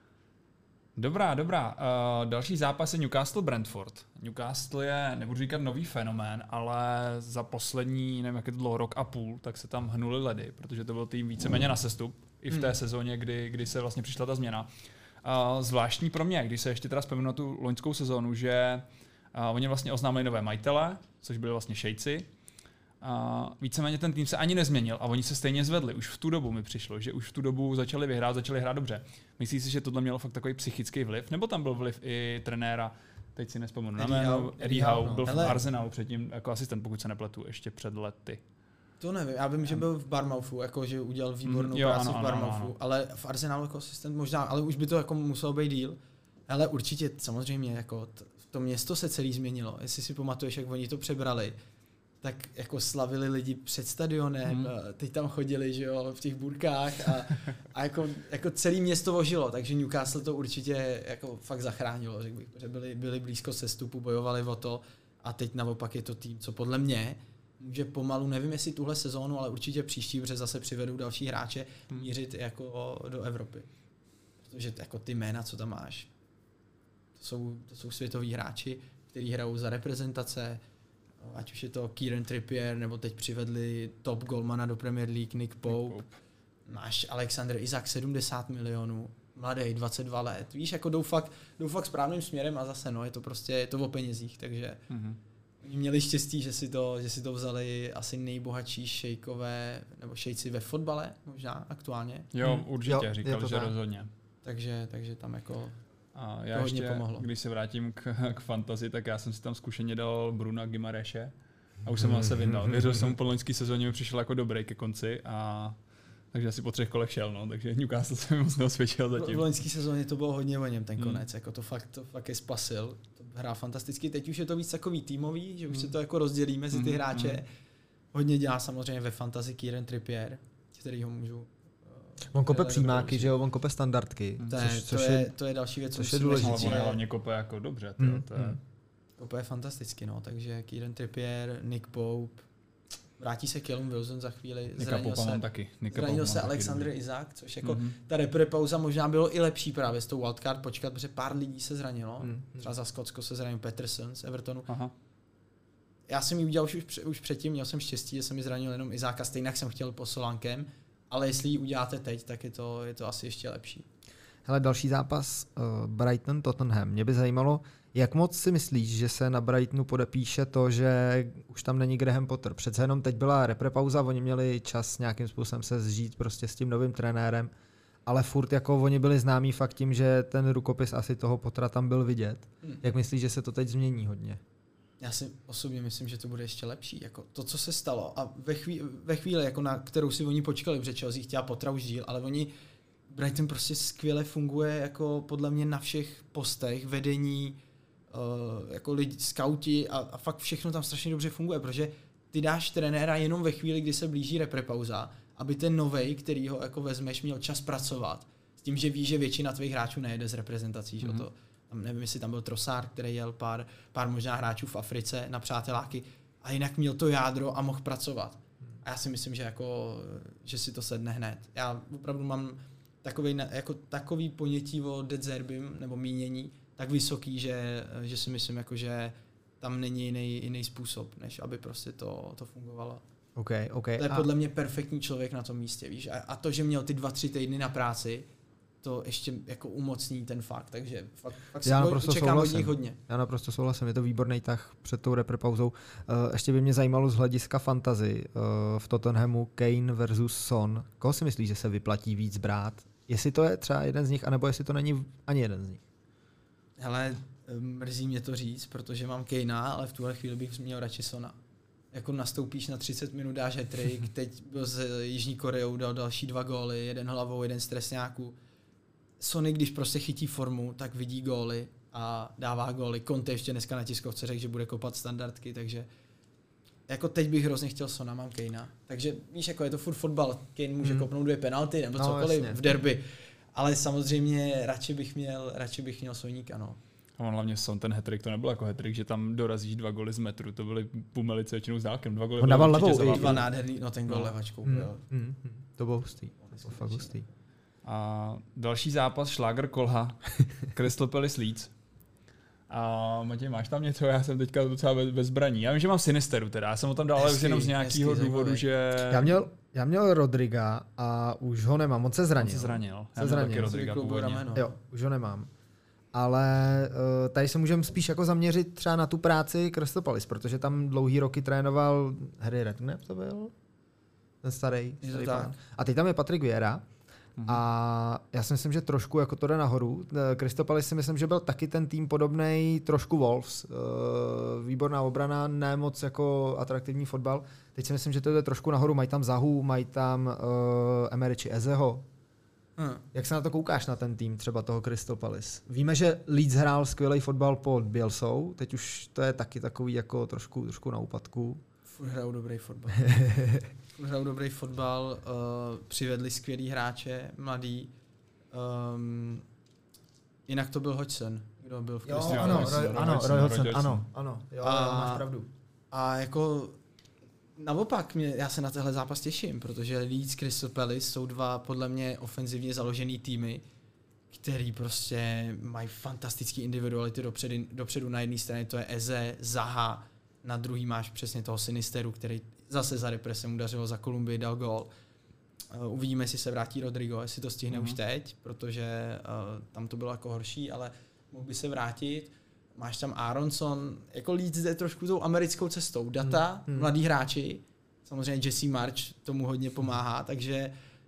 [SPEAKER 3] Dobrá. Další zápas je Newcastle-Brentford. Newcastle je, nebudu říkat nový fenomén, ale za poslední, nevím, jak je to dlouho, rok a půl, tak se tam hnuli ledy, protože to byl tým víceméně na sestup i v té sezóně, kdy se vlastně přišla ta změna. Zvláštní pro mě, když se ještě teda vzpomínám na tu loňskou sezónu, že oni vlastně oznámili nové majitele, což byli vlastně šejci. Víceméně ten tým se ani nezměnil a oni se stejně zvedli. Už v tu dobu mi přišlo, že už v tu dobu začali hrát dobře. Myslíš si, že tohle mělo fakt takový psychický vliv? Nebo tam byl vliv i trenéra, teď si nespomenu na jméno, Eddie Howe, byl v Arsenalu předtím jako asistent, pokud se nepletu, ještě před lety.
[SPEAKER 2] To nevím, já vím, že byl v Bournemouthu, jako že udělal výbornou práci v Bournemouthu, ale v Arsenalu jako asistent možná, ale už by to jako muselo být díl. Ale určitě samozřejmě jako to město se celý změnilo. Jestli si pamatuješ, jak oni to přebrali, tak jako slavili lidi před stadionem, teď tam chodili, že jo, v těch burkách a jako celé město ožilo, takže Newcastle to určitě jako fakt zachránilo, řekl bych, protože byli blízko sestupu, bojovali o to a teď naopak je to tým, co podle mě může pomalu, nevím jestli tuhle sezónu, ale určitě příští, protože zase přivedou další hráče mířit jako do Evropy. Protože jako ty jména, co tam máš, to jsou světoví hráči, kteří hrajou za reprezentace, ať už je to Kieran Trippier, nebo teď přivedli top golmana do Premier League Nick Pope. Máš Alexander Isak 70 milionů, mladý, 22 let. Víš, jako jdou fakt správným směrem a zase je to prostě je to o penězích, takže oni měli štěstí, že si to vzali asi nejbohatší šejkové nebo šejci ve fotbale možná aktuálně.
[SPEAKER 3] Jo, určitě, říkali, že rozhodně.
[SPEAKER 2] Takže tam jako
[SPEAKER 3] a já ještě, když se vrátím k fantasy, tak já jsem si tam zkušeně dal Bruna Gimareše a už jsem ho se vyndal. Věřil jsem po loňský sezóně, mi přišel jako dobrý ke konci a takže asi po 3 kolech šel, takže Newcastle se mi moc neosvědčil zatím.
[SPEAKER 2] V loňský sezóně to bylo hodně o něm ten konec, jako to fakt je spasil. To hrál fantasticky, teď už je to víc takový týmový, že už se to jako rozdělí mezi ty hráče. Hodně dělá samozřejmě ve fantasy Kieran Trippier, který ho můžu...
[SPEAKER 1] On kope přímáky, že jo, on kope standardky.
[SPEAKER 2] To je další věc,
[SPEAKER 1] což je důležité.
[SPEAKER 3] Ale on hlavně kope jako dobře.
[SPEAKER 2] Kope je fantasticky, takže Kieran Trippier, Nick Pope, vrátí se Callum Wilson za chvíli, zranil se Alexander Isak, což jako ta repre pauza možná bylo i lepší právě s tou wildcard počkat, protože pár lidí se zranilo, třeba za Skotsko se zranil Peterson z Evertonu. Já jsem ji udělal už předtím, měl jsem štěstí, že jsem mi zranil jenom Izáka, stejně jsem chtěl po Solankem, ale jestli ji uděláte teď, tak je to asi ještě lepší.
[SPEAKER 1] Hele, další zápas Brighton-Tottenham. Mě by zajímalo, jak moc si myslíš, že se na Brightonu podepíše to, že už tam není Graham Potter. Přece jenom teď byla reprepauza, oni měli čas nějakým způsobem se zžít prostě s tím novým trenérem, ale furt jako oni byli známí fakt tím, že ten rukopis asi toho Pottera tam byl vidět. Jak myslíš, že se to teď změní hodně?
[SPEAKER 2] Já si osobně myslím, že to bude ještě lepší. Jako to, co se stalo a ve chvíli, jako na kterou si oni počkali, protože Chelsea chtěla Pottera už díl, ale Brighton prostě skvěle funguje jako podle mě na všech postech, vedení, jako lidi, skauti a fakt všechno tam strašně dobře funguje, protože ty dáš trenéra jenom ve chvíli, kdy se blíží reprepauza, aby ten novej, který ho jako vezmeš, měl čas pracovat. S tím, že víš, že většina tvých hráčů nejede z reprezentací, že to. Tam nevím, jestli tam byl Trossard, který jel pár možná hráčů v Africe na přáteláky a jinak měl to jádro a mohl pracovat. A já si myslím, že si to sedne hned. Já opravdu mám takový ponětí o De Zerbim nebo mínění tak vysoký, že si myslím, jako, že tam není jiný způsob, než aby prostě to fungovalo.
[SPEAKER 1] Okay.
[SPEAKER 2] To je podle mě perfektní člověk na tom místě, víš. A to, že měl ty 2-3 týdny na práci, to ještě jako umocní ten fakt, takže fakt si čekám od nich hodně.
[SPEAKER 1] Já naprosto souhlasím, je to výborný tah před tou reprepauzou. Ještě by mě zajímalo z hlediska fantasy v Tottenhamu Kane versus Son. Koho si myslíš, že se vyplatí víc brát? Jestli to je třeba jeden z nich, anebo jestli to není ani jeden z nich?
[SPEAKER 2] Hele, mrzí mě to říct, protože mám Kanea, ale v tuhle chvíli bych měl radši Sona. Jako nastoupíš na 30 minut, dáš hat-trick, teď byl s Jižní Koreou, dal další 2 góly, jeden hlavou, jeden z trestňáků. Sony, když prostě chytí formu, tak vidí góly a dává góly. Conte ještě dneska na tiskovce řekl, že bude kopat standardky, takže jako teď bych hrozně chtěl Sona, mám Kanea. Takže víš, jako je to furt fotbal, Kane může kopnout 2 penalty nebo cokoliv jasně. V derby, ale samozřejmě radši bych měl Soníka, no.
[SPEAKER 3] A on hlavně Son, ten hat-trick, to nebyl jako hat-trick, že tam dorazíš 2 góly z metru, to byly pumelice většinou s dálkem. 2 góly
[SPEAKER 1] on dával levou.
[SPEAKER 2] 2 nádherný, no ten gól levačkou.
[SPEAKER 1] To bylo hustý, to fakt hustý.
[SPEAKER 3] A další zápas, Schlager Kolha, Crystal Palace Leeds. A Matěj, máš tam něco? Já jsem teďka docela bez zbraní. Já vím, že mám Sinisteru teda, já jsem ho tam dal, ale už jenom z nějakého důvodu, že...
[SPEAKER 1] Já měl Rodriga a už ho nemám, on se zranil.
[SPEAKER 3] Já měl taky Rodriga původně.
[SPEAKER 1] Jo, už ho nemám. Ale tady se můžeme spíš jako zaměřit třeba na tu práci Crystal Palace, protože tam dlouhý roky trénoval Harry Redknapp, to byl? Ten starý pán. A teď tam je Patrick Vieira. A já si myslím, že trošku jako to jde nahoru. Crystal Palace si myslím, že byl taky ten tým podobnej trošku Wolves. Výborná obrana, ne moc jako atraktivní fotbal. Teď si myslím, že to jde trošku nahoru. Mají tam Zahu, mají tam Emerichi Ezeho. Jak se na to koukáš na ten tým třeba toho Crystal Palace? Víme, že Leeds hrál skvělý fotbal pod Bielsou, teď už to je taky takový jako trošku na úpadku.
[SPEAKER 2] Furt hrajou dobrý fotbal. Přivedli skvělý hráče, mladý. Jinak to byl Hodgson, kdo byl v Crystal
[SPEAKER 1] Palace. Roy Hodgson, ano. Jo, máš pravdu.
[SPEAKER 2] A jako naopak, já se na tenhle zápas těším, protože Leeds Crystal Palace jsou 2 podle mě ofenzivně založený týmy, který prostě mají fantastický individuality dopředu. Na jedné straně to je Eze, Zaha, na druhý máš přesně toho Sinisteru, který zase za represem udařilo za Kolumbii, dal gól. Uvidíme, jestli se vrátí Rodrigo, jestli to stihne už teď, protože tam to bylo jako horší, ale mohl by se vrátit. Máš tam Aronson, jako Leeds jde trošku tou americkou cestou. Data, mladí hráči, samozřejmě Jesse March tomu hodně pomáhá, takže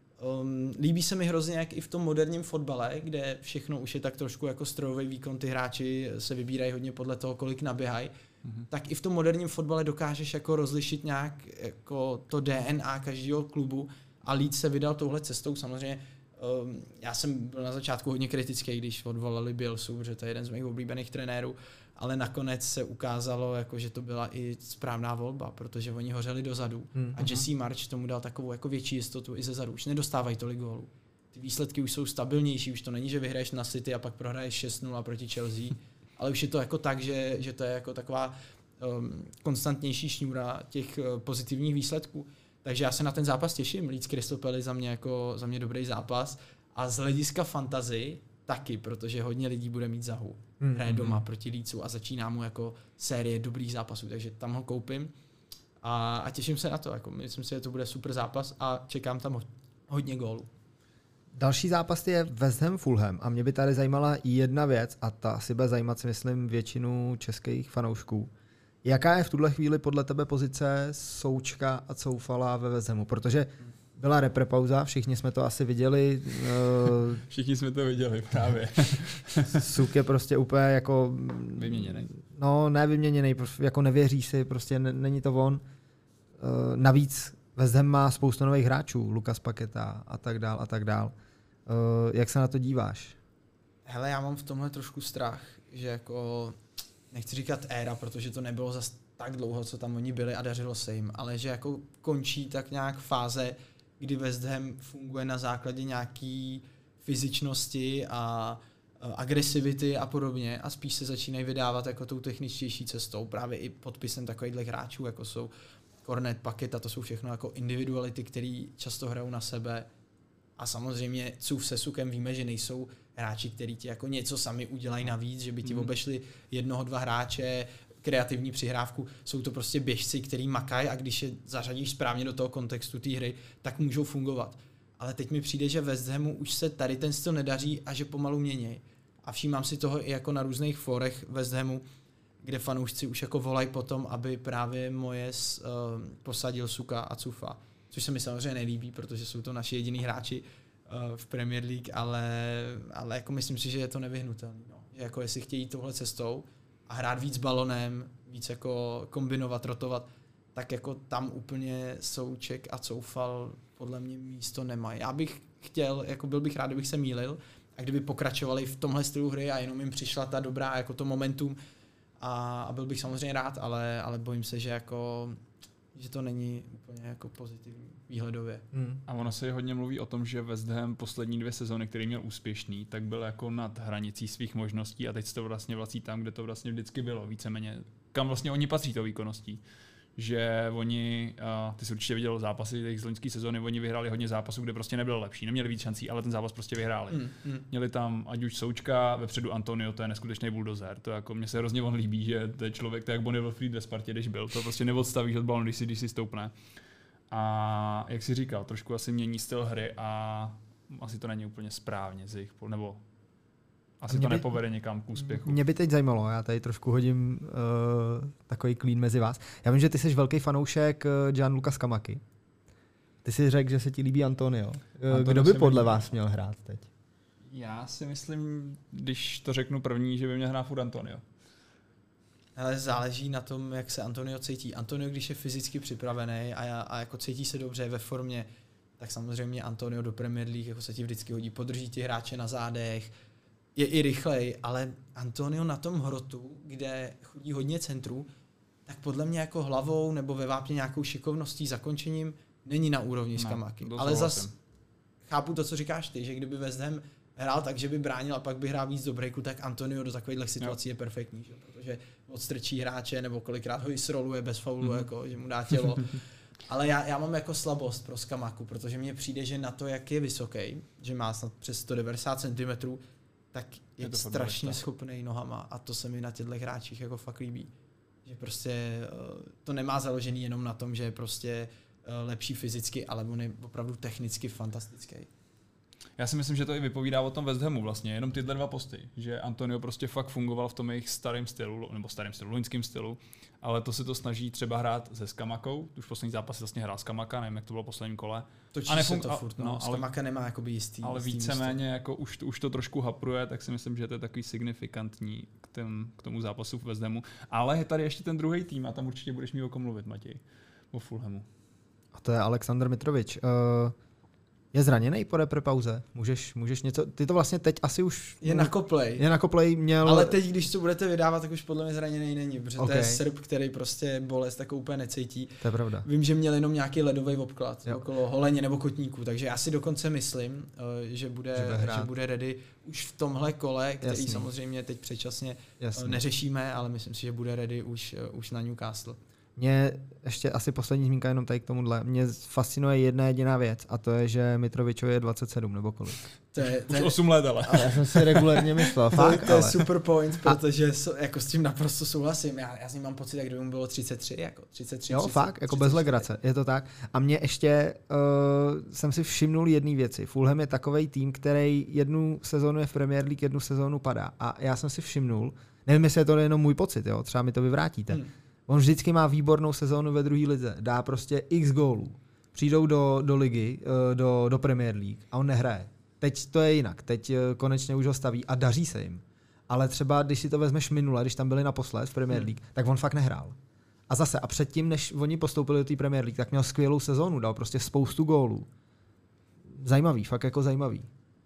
[SPEAKER 2] líbí se mi hrozně, jak i v tom moderním fotbale, kde všechno už je tak trošku jako strojový výkon, ty hráči se vybírají hodně podle toho, kolik naběhají, tak i v tom moderním fotbale dokážeš jako rozlišit nějak jako to DNA každého klubu a Leeds se vydal touhle cestou. Samozřejmě já jsem byl na začátku hodně kritický, když odvolali Bielsu, protože to je jeden z mých oblíbených trenérů, ale nakonec se ukázalo, jako, že to byla i správná volba, protože oni hořeli dozadu a Jesse March tomu dal takovou jako větší jistotu i ze zadu. Už nedostávají tolik gólů. Ty výsledky už jsou stabilnější, už to není, že vyhraješ na City a pak prohraješ 6-0 proti Chelsea, ale už je to jako tak, že to je jako taková konstantnější šňůra těch pozitivních výsledků. Takže já se na ten zápas těším. Leeds Crystal Palace za mě dobrý zápas. A z hlediska fantasy taky, protože hodně lidí bude mít Zahu. Hraje doma proti Leedsu a začíná mu jako série dobrých zápasů, takže tam ho koupím. A těším se na to. Jako, myslím si, že to bude super zápas a čekám tam hodně gólů.
[SPEAKER 1] Další zápas je West Ham Fulham a mě by tady zajímala jedna věc a ta asi bude zajímat, si myslím, většinu českých fanoušků. Jaká je v tuhle chvíli podle tebe pozice Součka a Coufala ve West Hamu? Protože byla reprepauza, všichni jsme to asi viděli.
[SPEAKER 3] Všichni jsme to viděli právě.
[SPEAKER 1] Souk je prostě úplně jako...
[SPEAKER 3] Vyměněný.
[SPEAKER 1] No, ne vyměněný, jako nevěří si, prostě není to on. Navíc West Ham má spoustu nových hráčů, Lucas Paqueta a tak dál. Jak se na to díváš?
[SPEAKER 2] Hele, já mám v tomhle trošku strach, že jako nechci říkat éra, protože to nebylo zas tak dlouho, co tam oni byli a dařilo se jim, ale že jako končí tak nějak fáze, kdy West Ham funguje na základě nějaký fyzičnosti a agresivity a podobně a spíš se začínají vydávat jako tou techničtější cestou, právě i podpisem takovýchhle hráčů, jako jsou Cornet, Paqueta, to jsou všechno jako individuality, který často hrajou na sebe a samozřejmě Cůf se Sukem víme, že nejsou hráči, kteří ti jako něco sami udělají navíc, že by ti obešli 1-2 hráče, kreativní přihrávku, jsou to prostě běžci, který makají a když je zařadíš správně do toho kontextu té hry, tak můžou fungovat. Ale teď mi přijde, že West Hamu už se tady ten styl nedaří a že pomalu mění. A všímám si toho i jako na různých fórech West Hamu, kde fanoušci už jako volají potom, aby právě Moyes posadil Suka a Cufa. Což se mi samozřejmě nelíbí, protože jsou to naši jediní hráči v Premier League, ale jako myslím si, že je to nevyhnutelné. No. Že jako jestli chtějí touhle cestou a hrát víc balonem, víc jako kombinovat, rotovat, tak jako tam úplně Souček a Coufal podle mě místo nemají. Já bych chtěl, jako byl bych rád, kdybych se mýlil a kdyby pokračovali v tomhle stylu hry a jenom jim přišla ta dobrá jako to momentum a byl bych samozřejmě rád, ale bojím se, že to není úplně jako pozitivní výhledově.
[SPEAKER 3] A ono se hodně mluví o tom, že West Ham poslední 2 sezony, který měl úspěšný, tak byl jako nad hranicí svých možností a teď se to vlastně vrací tam, kde to vlastně vždycky bylo, víceméně. Kam vlastně oni patří tou výkonností. Že oni, ty jsi určitě viděl zápasy těch z loňské sezóny, oni vyhráli hodně zápasů, kde prostě nebylo lepší, neměli víc šancí, ale ten zápas prostě vyhráli. Měli tam ať už Součka, vepředu Antonio, to je neskutečný bulldozer, to jako mně se hrozně on líbí, že to je člověk, to jak Bonnie Wilfried ve Spartě, když byl, to prostě neodstavíš od balonu, když si stoupne. A jak jsi říkal, trošku asi mění styl hry a asi to není úplně správně z jejich, nebo asi to nepovede někam k úspěchu.
[SPEAKER 1] Mě by teď zajímalo, já tady trošku hodím takový klín mezi vás. Já vím, že ty jsi velký fanoušek Gianluca Scamacchi. Ty jsi řekl, že se ti líbí Antonio. Kdo by podle vás měl hrát teď?
[SPEAKER 3] Já si myslím, když to řeknu první, že by měl hrát furt Antonio.
[SPEAKER 2] Ale záleží na tom, jak se Antonio cítí. Antonio, když je fyzicky připravený a jako cítí se dobře ve formě, tak samozřejmě Antonio do Premier League jako se ti vždycky hodí, podrží ti hráče na zádech, je i rychlej, ale Antonio na tom hrotu, kde chodí hodně centrů, tak podle mě jako hlavou nebo ve vápně nějakou šikovností, zakončením není na úrovni Scamacchi. Ale zas chápu to, co říkáš ty, že kdyby West Ham hrál tak, že by bránil a pak by hrál víc do breaku, tak Antonio do takových situací je perfektní, že? Protože odstrčí hráče nebo kolikrát ho i sroluje bez faulu, jako, že mu dá tělo. Ale já mám jako slabost pro Scamacchu, protože mně přijde, že na to, jak je vysoký, že má snad přes 190 cm, tak je strašně schopný nohama a to se mi na těchto hráčích jako fakt líbí. Že prostě to nemá založený jenom na tom, že je prostě lepší fyzicky, ale on je opravdu technicky fantastický.
[SPEAKER 3] Já si myslím, že to i vypovídá o tom West Hamu vlastně, jenom tyhle 2 posty, že Antonio prostě fakt fungoval v tom jejich starém stylu, loňském stylu, ale to se to snaží třeba hrát se Scamacchou, už poslední zápas vlastně hrál Scamacca, nevím, jak to bylo v posledním kole.
[SPEAKER 2] Točí se to furt, no, Scamacca nemá jakoby jistý.
[SPEAKER 3] Ale víceméně jako už to trošku hapruje, tak si myslím, že to je takový signifikantní k tomu zápasu v West Hamu. Ale je tady ještě ten druhý tým a tam určitě budeš mít o kom mluvit, Matěj, o Fulhamu.
[SPEAKER 1] A to je Aleksandr Mitrovič. Je zraněný po repre-pauze? Můžeš něco... Ty to vlastně teď asi už...
[SPEAKER 2] Je na koplej měl... Ale teď, když to budete vydávat, tak už podle mě zraněný není, protože to je Srb, který prostě bolest jako úplně necítí.
[SPEAKER 1] To je pravda.
[SPEAKER 2] Vím, že měl jenom nějaký ledový obklad okolo holeně nebo kotníku, takže já si dokonce myslím, že bude ready už v tomhle kole, který samozřejmě teď předčasně neřešíme, ale myslím si, že bude ready už na Newcastle.
[SPEAKER 1] Mě ještě asi poslední zmínka jenom tady k tomuhle. Mě fascinuje jedna jediná věc a to je, že Mitrovičovi je 27 nebo kolik.
[SPEAKER 3] Už 8 let, ale.
[SPEAKER 1] Já jsem si regulérně myslel.
[SPEAKER 2] To je super point, protože jako s tím naprosto souhlasím. Já s ním mám pocit, jak kdyby mu bylo 33, jako 33.
[SPEAKER 1] Jo, 30, fakt, jako 30, bez legrace, je to tak. A mě ještě jsem si všimnul jedné věci. Fulham je takovej tým, který jednu sezónu je v Premier League, jednu sezónu padá. A já jsem si všimnul, nevím, jestli je to jenom můj pocit, jo, třeba mi to vyvrátíte. On vždycky má výbornou sezónu ve druhé lize. Dá prostě x gólů. Přijdou do ligy, do Premier League a on nehraje. Teď to je jinak. Teď konečně už ho staví a daří se jim. Ale třeba, když si to vezmeš minule, když tam byli naposled v Premier League, tak on fakt nehrál. A předtím, než oni postoupili do té Premier League, tak měl skvělou sezónu. Dal prostě spoustu gólů. Zajímavý, fakt jako zajímavý.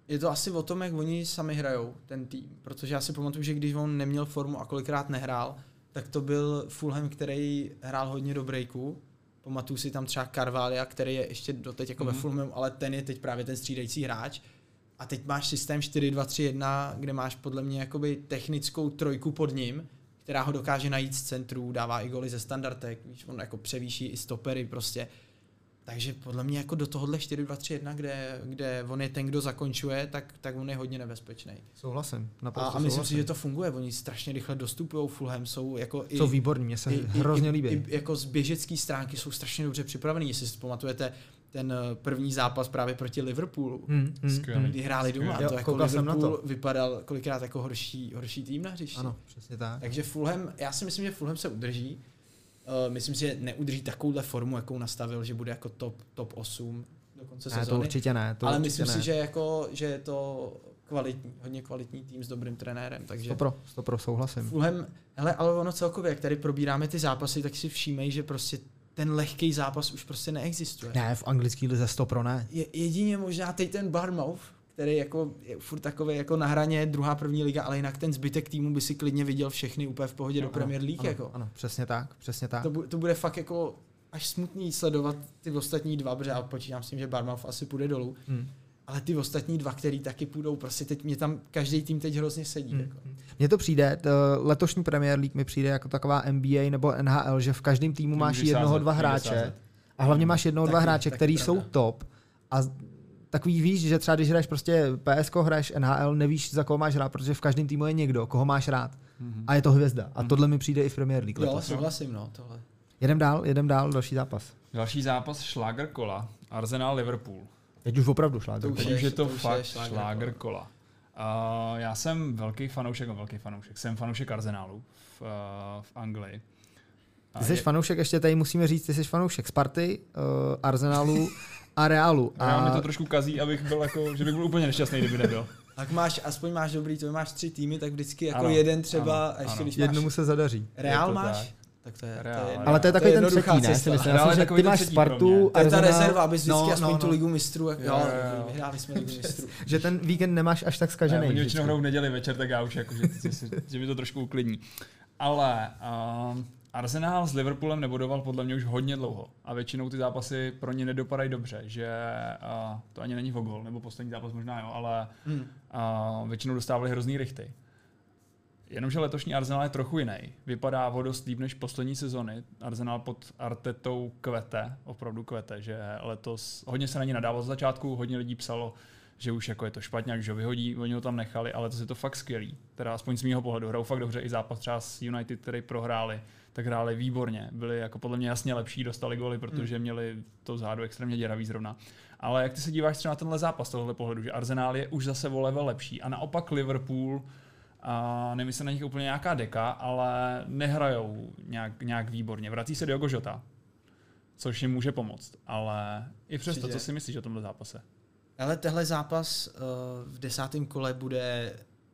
[SPEAKER 2] Je to asi o tom, jak oni sami hrajou, ten tým. Protože já si pamatuju, že když on neměl formu a kolikrát nehrál, tak to byl Fulham, který hrál hodně do breaku. Pamatuju si tam třeba Carvalha, který je ještě doteď jako ve Fulhamu, ale ten je teď právě ten střídající hráč. A teď máš systém 4-2-3-1, kde máš podle mě jakoby technickou trojku pod ním, která ho dokáže najít z centru, dává i goly ze standardek, víš, on jako převýší i stopery prostě. Takže podle mě jako do tohohle 4-2-3-1, kde on je ten, kdo zakončuje, tak on je hodně nebezpečný.
[SPEAKER 1] Souhlasím.
[SPEAKER 2] A myslím si, že to funguje. Oni strašně rychle dostupují. Fulham jsou jako
[SPEAKER 1] jsou výborní, mně se hrozně líbí.
[SPEAKER 2] I jako z běžecké stránky jsou strašně dobře připravený. Jestli si pamatujete ten první zápas právě proti Liverpoolu, kdy hráli doma. To jako Liverpool vypadal kolikrát jako horší tým na hřišti.
[SPEAKER 1] Ano, přesně tak.
[SPEAKER 2] Takže Fulham, já si myslím, že Fulham se udrží. Myslím si, že neudrží takovouhle formu, jakou nastavil, že bude jako top 8 do konce sezóny.
[SPEAKER 1] To určitě ne.
[SPEAKER 2] Ale myslím si, že je to hodně kvalitní tým s dobrým trenérem. Takže
[SPEAKER 1] 100% souhlasím.
[SPEAKER 2] Fulham, hele, ale ono celkově, jak tady probíráme ty zápasy, tak si všímej, že prostě ten lehký zápas už prostě neexistuje.
[SPEAKER 1] Ne, v anglický lize 100% ne.
[SPEAKER 2] Jedině možná teď ten Bournemouth, který jako je furt takový jako na hraně druhá první liga, ale jinak ten zbytek týmu by si klidně viděl všechny úplně v pohodě do Premier League.
[SPEAKER 1] Ano, přesně tak.
[SPEAKER 2] To bude fakt jako až smutný sledovat ty ostatní dva, protože já počítám s tím, že Bournemouth asi půjde dolů. Ale ty ostatní dva, který taky půjdou, prostě teď mě tam každý tým teď hrozně sedí. Jako.
[SPEAKER 1] Mně to přijde, letošní Premier League mi přijde jako taková NBA nebo NHL, že v každém týmu máš dva hráče a hlavně máš dva hráče, který jsou top a takový víš, že třeba když hraješ prostě PSK, hraješ NHL, nevíš, za koho máš hrát, protože v každém týmu je někdo, koho máš rád. A je to hvězda. A tohle mi přijde i v Premier League.
[SPEAKER 2] Jo, souhlasím, tohle.
[SPEAKER 1] Jedem dál, další zápas.
[SPEAKER 3] Další zápas, šláger kola, Arsenal Liverpool.
[SPEAKER 1] Teď už opravdu šláger.
[SPEAKER 3] Teď už je to fakt šláger kola. Já jsem velký fanoušek, jsem fanoušek Arsenalu v Anglii.
[SPEAKER 1] Ty jsi fanoušek, ještě tady musíme říct, ty jsi fanoušek Sparty, Arsenalu a Realu.
[SPEAKER 3] A mě to trošku kazí, abych byl jako, že bych byl úplně nešťastný, kdyby nebyl.
[SPEAKER 2] Tak aspoň máš dobrý, to máš 3 týmy, tak vždycky jako jeden třeba, a ještě když máš...
[SPEAKER 1] Jednomu se zadaří.
[SPEAKER 2] Real máš? Tak to je
[SPEAKER 1] ale to je takový ten třetí, ne? Si myslím, že ty máš Spartu,
[SPEAKER 2] to je ta rezerva, abys vždycky aspoň tu ligu mistrů. Jo, vyhráli jsme ligu mistrů.
[SPEAKER 1] Že ten víkend nemáš až tak zkažený.
[SPEAKER 3] Oni většinou hrajou v neděli večer, tak já už jako, že mi to trošku uklidní. Ale Arsenal s Liverpoolem nebodoval podle mě už hodně dlouho a většinou ty zápasy pro ně nedopadají dobře, že to ani není o gol, nebo poslední zápas možná jo, ale většinou dostávali hrozný rychty. Jenomže letošní Arsenal je trochu jiný. Vypadá o dost líp než poslední sezony. Arsenal pod Artetou kvete, opravdu kvete, že letos hodně se na ní nadával z začátku, hodně lidí psalo, že už jako je to špatně, že ho vyhodí, oni ho tam nechali, ale to je to fakt skvělý. Teda aspoň z mýho pohledu hrajou fakt dobře, i zápas třeba s United, který prohráli, tak hráli výborně. Byli jako podle mě jasně lepší, dostali góly, protože měli to zádu extrémně děravý zrovna. Ale jak ty se díváš třeba na tenhle zápas, tohle pohledu, že Arsenal je už zase o level lepší a naopak Liverpool, a nemyslím na nich úplně nějaká deka, ale nehrajou nějak výborně. Vrací se Diogo Jota, což jim může pomoct, ale i přesto, co si myslíš o tomhle zápase?
[SPEAKER 2] Ale tehle zápas v 10. kole bude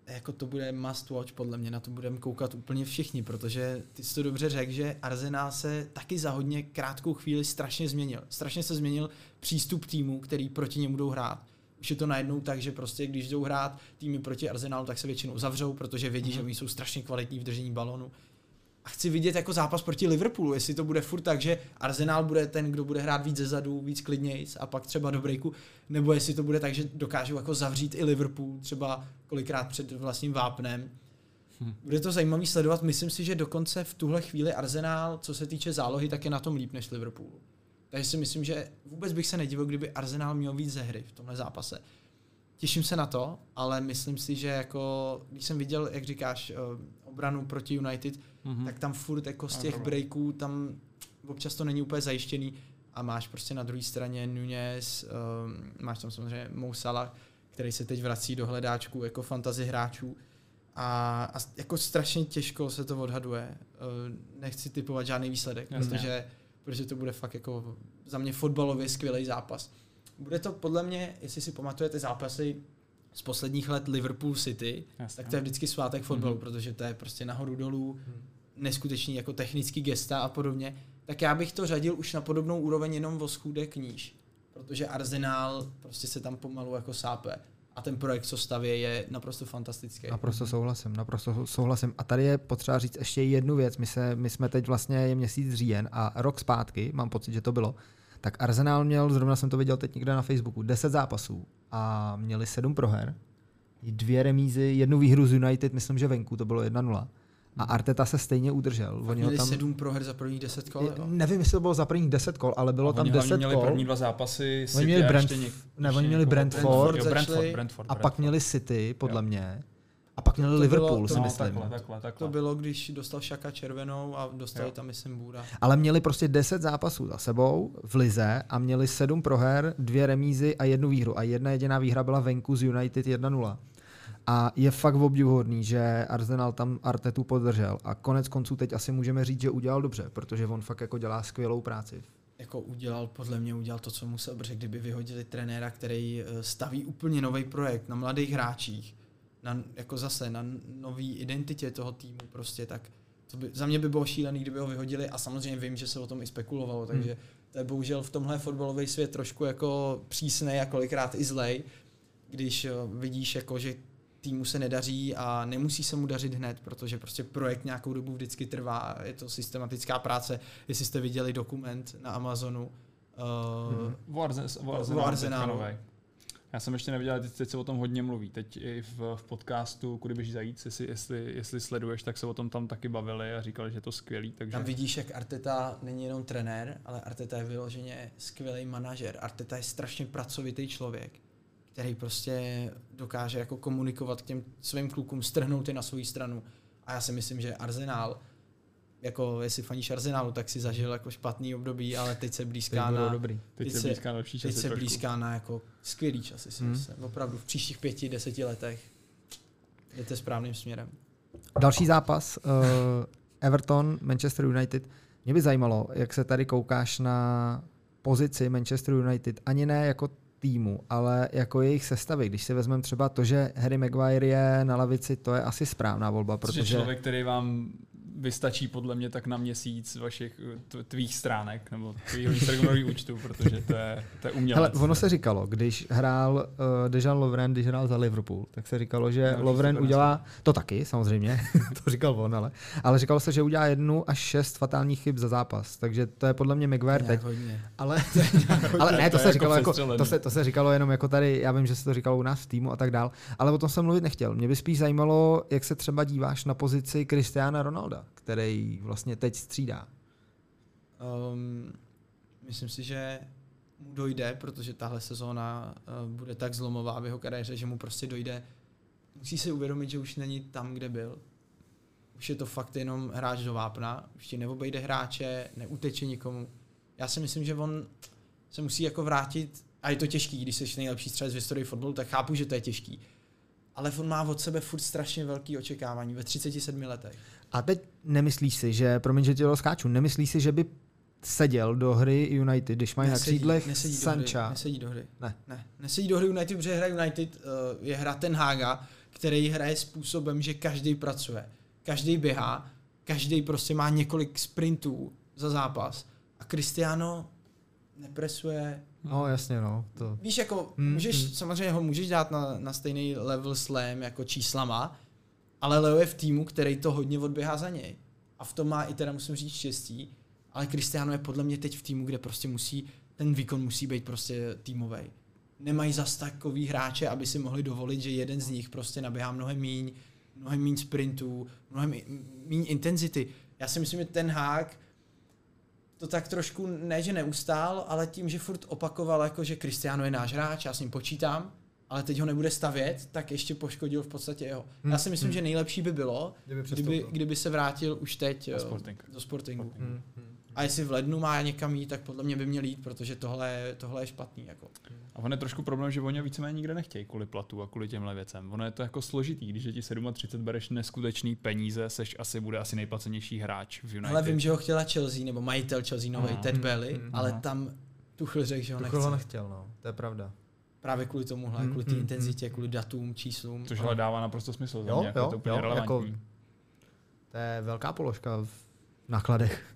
[SPEAKER 2] must watch, podle mě, na to budeme koukat úplně všichni, protože ty jsi to dobře řekl, že Arsenal se taky za hodně krátkou chvíli strašně změnil. Strašně se změnil přístup týmu, který proti němu budou hrát. Už je to najednou tak, že prostě když jdou hrát týmy proti Arsenalu, tak se většinou zavřou, protože vědí, že oni jsou strašně kvalitní v držení balonu. A chci vidět jako zápas proti Liverpoolu, jestli to bude furt tak, že Arsenal bude ten, kdo bude hrát víc zezadu, víc klidnějc a pak třeba do breaku, nebo jestli to bude tak, že dokážou jako zavřít i Liverpool, třeba kolikrát před vlastním vápnem. Bude to zajímavý sledovat, myslím si, že dokonce v tuhle chvíli Arsenal, co se týče zálohy, tak je na tom líp než Liverpoolu. Takže si myslím, že vůbec bych se nedivil, kdyby Arsenal měl víc ze hry v tomhle zápase. Těším se na to, ale myslím si, že jako, když jsem viděl, jak říkáš, obranu proti United, tak tam furt jako z těch breaků, tam občas to není úplně zajištěný a máš prostě na druhé straně Nunez, máš tam samozřejmě Mo Salah, který se teď vrací do hledáčku jako fantasy hráčů a jako strašně těžko se to odhaduje. Nechci typovat žádný výsledek, protože to bude fakt jako za mě fotbalově skvělý zápas. Bude to podle mě, jestli si pamatujete zápasy z posledních let Liverpool City, tak to je vždycky svátek fotbalu, protože to je prostě nahoru dolů, neskutečný jako technický gesta a podobně. Tak já bych to řadil už na podobnou úroveň jenom o schůdek níž, protože Arsenal prostě se tam pomalu jako sápe. a ten projekt, co staví, je naprosto fantastický.
[SPEAKER 1] Naprosto souhlasím. A tady je potřeba říct ještě jednu věc. My jsme teď vlastně je měsíc říjen a rok zpátky, mám pocit, že to bylo, tak Arsenal měl, zrovna jsem to viděl teď někde na Facebooku, 10 zápasů a měli 7 proher, 2 remízy, 1 výhru z United, myslím, že venku, to bylo 1-0. A Arteta se stejně udržel.
[SPEAKER 2] Oni měli tam 7 proher za prvních 10 kol?
[SPEAKER 1] Nevím, jestli to bylo za prvních 10 kol, ale bylo tam 10 kol.
[SPEAKER 3] Oni měli první 2 zápasy
[SPEAKER 1] City oni měli Brentford a pak měli City, podle mě. A pak měli Liverpool, si myslím.
[SPEAKER 3] Takhle.
[SPEAKER 2] To bylo, když dostal Šaka červenou a dostali tam, myslím, Bůra.
[SPEAKER 1] Ale měli prostě 10 zápasů za sebou v lize a měli 7 proher, 2 remízy a 1 výhru. A jedna jediná výhra byla venku z United 1-0. A je fakt obdivuhodný, že Arsenal tam Artetu podržel. A konec konců teď asi můžeme říct, že udělal dobře, protože on fakt jako dělá skvělou práci.
[SPEAKER 2] Jako podle mě udělal to, co musel, protože kdyby vyhodili trenéra, který staví úplně nový projekt na mladých hráčích, na nový identitě toho týmu prostě, tak za mě by bylo šílený, kdyby ho vyhodili a samozřejmě vím, že se o tom i spekulovalo, takže to je bohužel v tomhle fotbalový svět trošku jako přísnej a kolikrát i zlej, když vidíš jako, že týmu se nedaří a nemusí se mu dařit hned, protože prostě projekt nějakou dobu vždycky trvá, je to systematická práce, jestli jste viděli dokument na Amazonu
[SPEAKER 3] o Arsenalu. Já jsem ještě neviděl, teď se o tom hodně mluví. Teď i v podcastu Kudy běží zajíc, jestli sleduješ, tak se o tom tam taky bavili a říkali, že je to skvělý. Takže...
[SPEAKER 2] Tam vidíš, jak Arteta není jenom trenér, ale Arteta je vyloženě skvělý manažer. Arteta je strašně pracovitý člověk, který prostě dokáže jako komunikovat k těm svým klukům, strhnout je na svou stranu. A já si myslím, že Arsenal, jako jestli faníš Arsenalu, tak si zažil jako špatný období, ale teď se blízká na jako skvělý časy, si myslím. Opravdu v příštích 5-10 letech jdete správným směrem.
[SPEAKER 1] Další zápas, Everton, Manchester United. Mě by zajímalo, jak se tady koukáš na pozici Manchester United, ani ne jako týmu, ale jako jejich sestavy. Když si vezmeme třeba to, že Harry Maguire je na lavici, to je asi správná volba, protože
[SPEAKER 3] člověk, který vám vystačí podle mě tak na měsíc vašich tvých stránek nebo tvýho Instagramového účtu, protože to je umělec.
[SPEAKER 1] Hele, ono se říkalo, když hrál Dejan Lovren, když hrál za Liverpool, tak se říkalo, že Lovren udělá, to taky samozřejmě, to říkal on, ale říkalo se, že udělá 1 až 6 fatálních chyb za zápas, takže to je podle mě Maguire teď. Ale ne, to se říkalo to se říkalo jenom jako tady, já vím, že se to říkalo u nás v týmu a tak dál, ale o tom jsem mluvit nechtěl. Mě by spíš zajímalo, jak se třeba díváš na pozici Cristiana Ronalda, který vlastně teď střídá.
[SPEAKER 2] Myslím si, že mu dojde, protože tahle sezóna bude tak zlomová v jeho kariéře, že mu prostě dojde. Musí si uvědomit, že už není tam, kde byl. Už je to fakt jenom hráč do vápna, už ti neobejde hráče, neuteče nikomu. Já si myslím, že on se musí jako vrátit, a je to těžký, když jsi nejlepší střelec v historii fotbalu, tak chápu, že to je těžký. Ale on má od sebe furt strašně velký očekávání ve 37 letech.
[SPEAKER 1] A teď nemyslíš si, že, promiň, že tě skáču, nemyslíš si, že by seděl do hry United, když mají na křídlech Sancha?
[SPEAKER 2] Nesedí do hry.
[SPEAKER 1] Ne.
[SPEAKER 2] Nesedí do hry United, protože hra United je hra Ten Haga, který hraje způsobem, že každý pracuje, každý běhá, každý prostě má několik sprintů za zápas. A Cristiano nepresuje.
[SPEAKER 1] No jasně, no. To...
[SPEAKER 2] Víš, jako samozřejmě ho můžeš dát na stejný level s Leem jako číslama, ale Leo je v týmu, který to hodně odběhá za něj. A v tom má i teda, musím říct, štěstí, ale Cristiano je podle mě teď v týmu, kde prostě ten výkon musí být prostě týmovej. Nemají zas takový hráče, aby si mohli dovolit, že jeden z nich prostě naběhá mnohem míň sprintů, mnohem míň intenzity. Já si myslím, že Ten Hag to tak trošku ne, že neustál, ale tím, že furt opakoval, jako, že Cristiano je náš hráč, já s ním počítám, ale teď ho nebude stavět, tak ještě poškodil v podstatě jeho. Já si myslím, že nejlepší by bylo, kdyby se vrátil už teď do Sportingu. A jestli v lednu má někam jít, tak podle mě by měl jít, protože tohle je špatný. Jako.
[SPEAKER 3] A on je trošku problém, že oni víceméně nikde nechtějí kvůli platu a kvůli těmhle věcem. Ono je to jako složitý, když je ti 37 bereš neskutečný peníze, bude asi nejplacenější hráč v United.
[SPEAKER 2] Ale vím, že ho chtěla Chelsea, nebo majitel Chelsea, novej Ted Bailey, ale tam Tuchel řekl, že ho nechce.
[SPEAKER 1] Tuchel ho nechtěl, no, to je pravda.
[SPEAKER 2] Právě kvůli tomuhle, kvůli té intenzitě, kvůli datům, číslům.
[SPEAKER 3] Což ale dává naprosto smysl. Jo, to úplně relevantní.
[SPEAKER 1] Jako, to je velká položka v nákladech.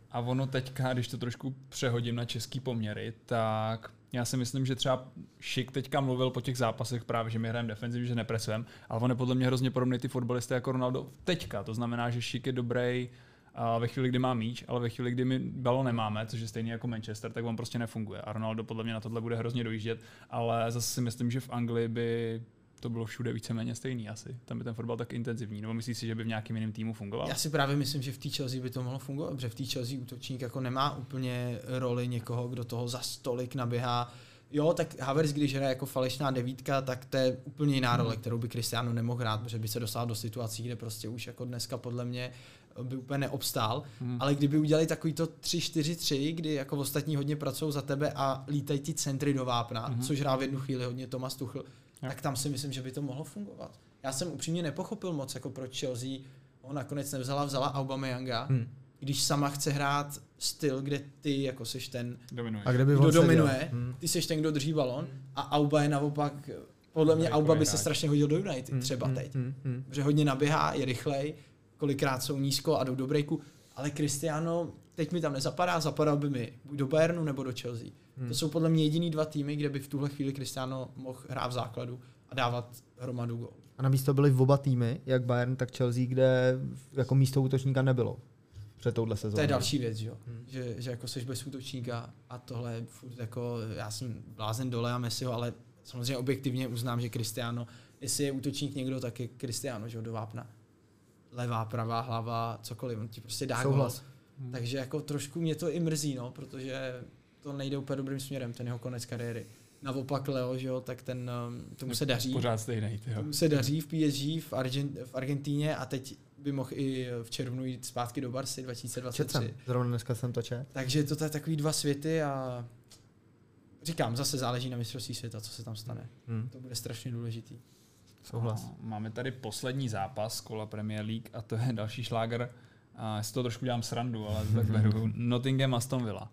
[SPEAKER 3] A ono teďka, když to trošku přehodím na český poměry, tak já si myslím, že třeba Šik teďka mluvil po těch zápasech právě, že my hrajeme defenziv, že nepresujeme, ale on je podle mě hrozně podobný ty fotbalisty jako Ronaldo teďka. To znamená, že Šik je dobrý ve chvíli, kdy má míč, ale ve chvíli, kdy my balon nemáme, což je stejný jako Manchester, tak on prostě nefunguje. A Ronaldo podle mě na tohle bude hrozně dojíždět, ale zase si myslím, že v Anglii by to bylo všude víceméně stejný asi. Tam by ten fotbal tak intenzivní. Nebo myslíš si, že by v nějakém jiném týmu fungoval?
[SPEAKER 2] Já si právě myslím, že v té Chelsea by to mohlo fungovat, protože v té Chelsea útočník jako nemá úplně roli někoho, kdo toho za stolik naběhá. Jo, tak Havertz, když hraje jako falešná devítka, tak to je úplně jiná role, kterou by Cristiano nemohl hrát, protože by se dostal do situací, kde prostě už jako dneska podle mě by úplně neobstál. Ale kdyby udělali takový to 3-4-3, kdy jako ostatní hodně pracují za tebe a lítají ti centry do vápna, což hrál v jednu chvíli hodně Thomas Tuchel, tak tam si myslím, že by to mohlo fungovat. Já jsem upřímně nepochopil moc, jako proč Chelsea ho nakonec vzala Aubameyanga, když sama chce hrát styl, kde ty jako seš ten, kdo dominuje, ty seš ten, kdo drží balon a Auba je naopak, podle mě Auba by se strašně hodil do United třeba teď, protože hodně naběhá, je rychlej, kolikrát jsou nízko a jdou do breaku, ale Cristiano teď mi tam nezapadá, zapadal by mi buď do Bayernu nebo do Chelsea. To jsou podle mě jediný dva týmy, kde by v tuhle chvíli Cristiano mohl hrát v základu a dávat hromadu gól.
[SPEAKER 1] A navíc to byly v oba týmy, jak Bayern, tak Chelsea, kde jako místo útočníka nebylo před touhle sezónou.
[SPEAKER 2] To je další věc, jo? Že jako seš bez útočníka a tohle je furt jako, já jsem blázen dole a Messiho, ale samozřejmě objektivně uznám, že Cristiano, jestli je útočník někdo, tak je Cristiano, že jo, do vápna. Levá, pravá hlava, cokoliv, on ti prostě dá gól. Takže jako trošku mě to i mrzí, no, protože to nejde úplně dobrým směrem, ten jeho konec kariéry. Naopak Leo, že jo, tak ten, tomu se daří.
[SPEAKER 3] Pořád stejný, jo.
[SPEAKER 2] Tomu se daří v PSG, v Argentíně a teď by mohl i v červnu jít zpátky do Barcy 2023.
[SPEAKER 1] Zrovna dneska jsem to četl.
[SPEAKER 2] Takže to je takový dva světy a říkám, zase záleží na mistrovství světa, co se tam stane. To bude strašně důležitý.
[SPEAKER 1] Souhlas.
[SPEAKER 3] Máme tady poslední zápas kola Premier League a to je další šláger. Já si to trošku dělám srandu, ale tak beru. Nottingham Aston Villa.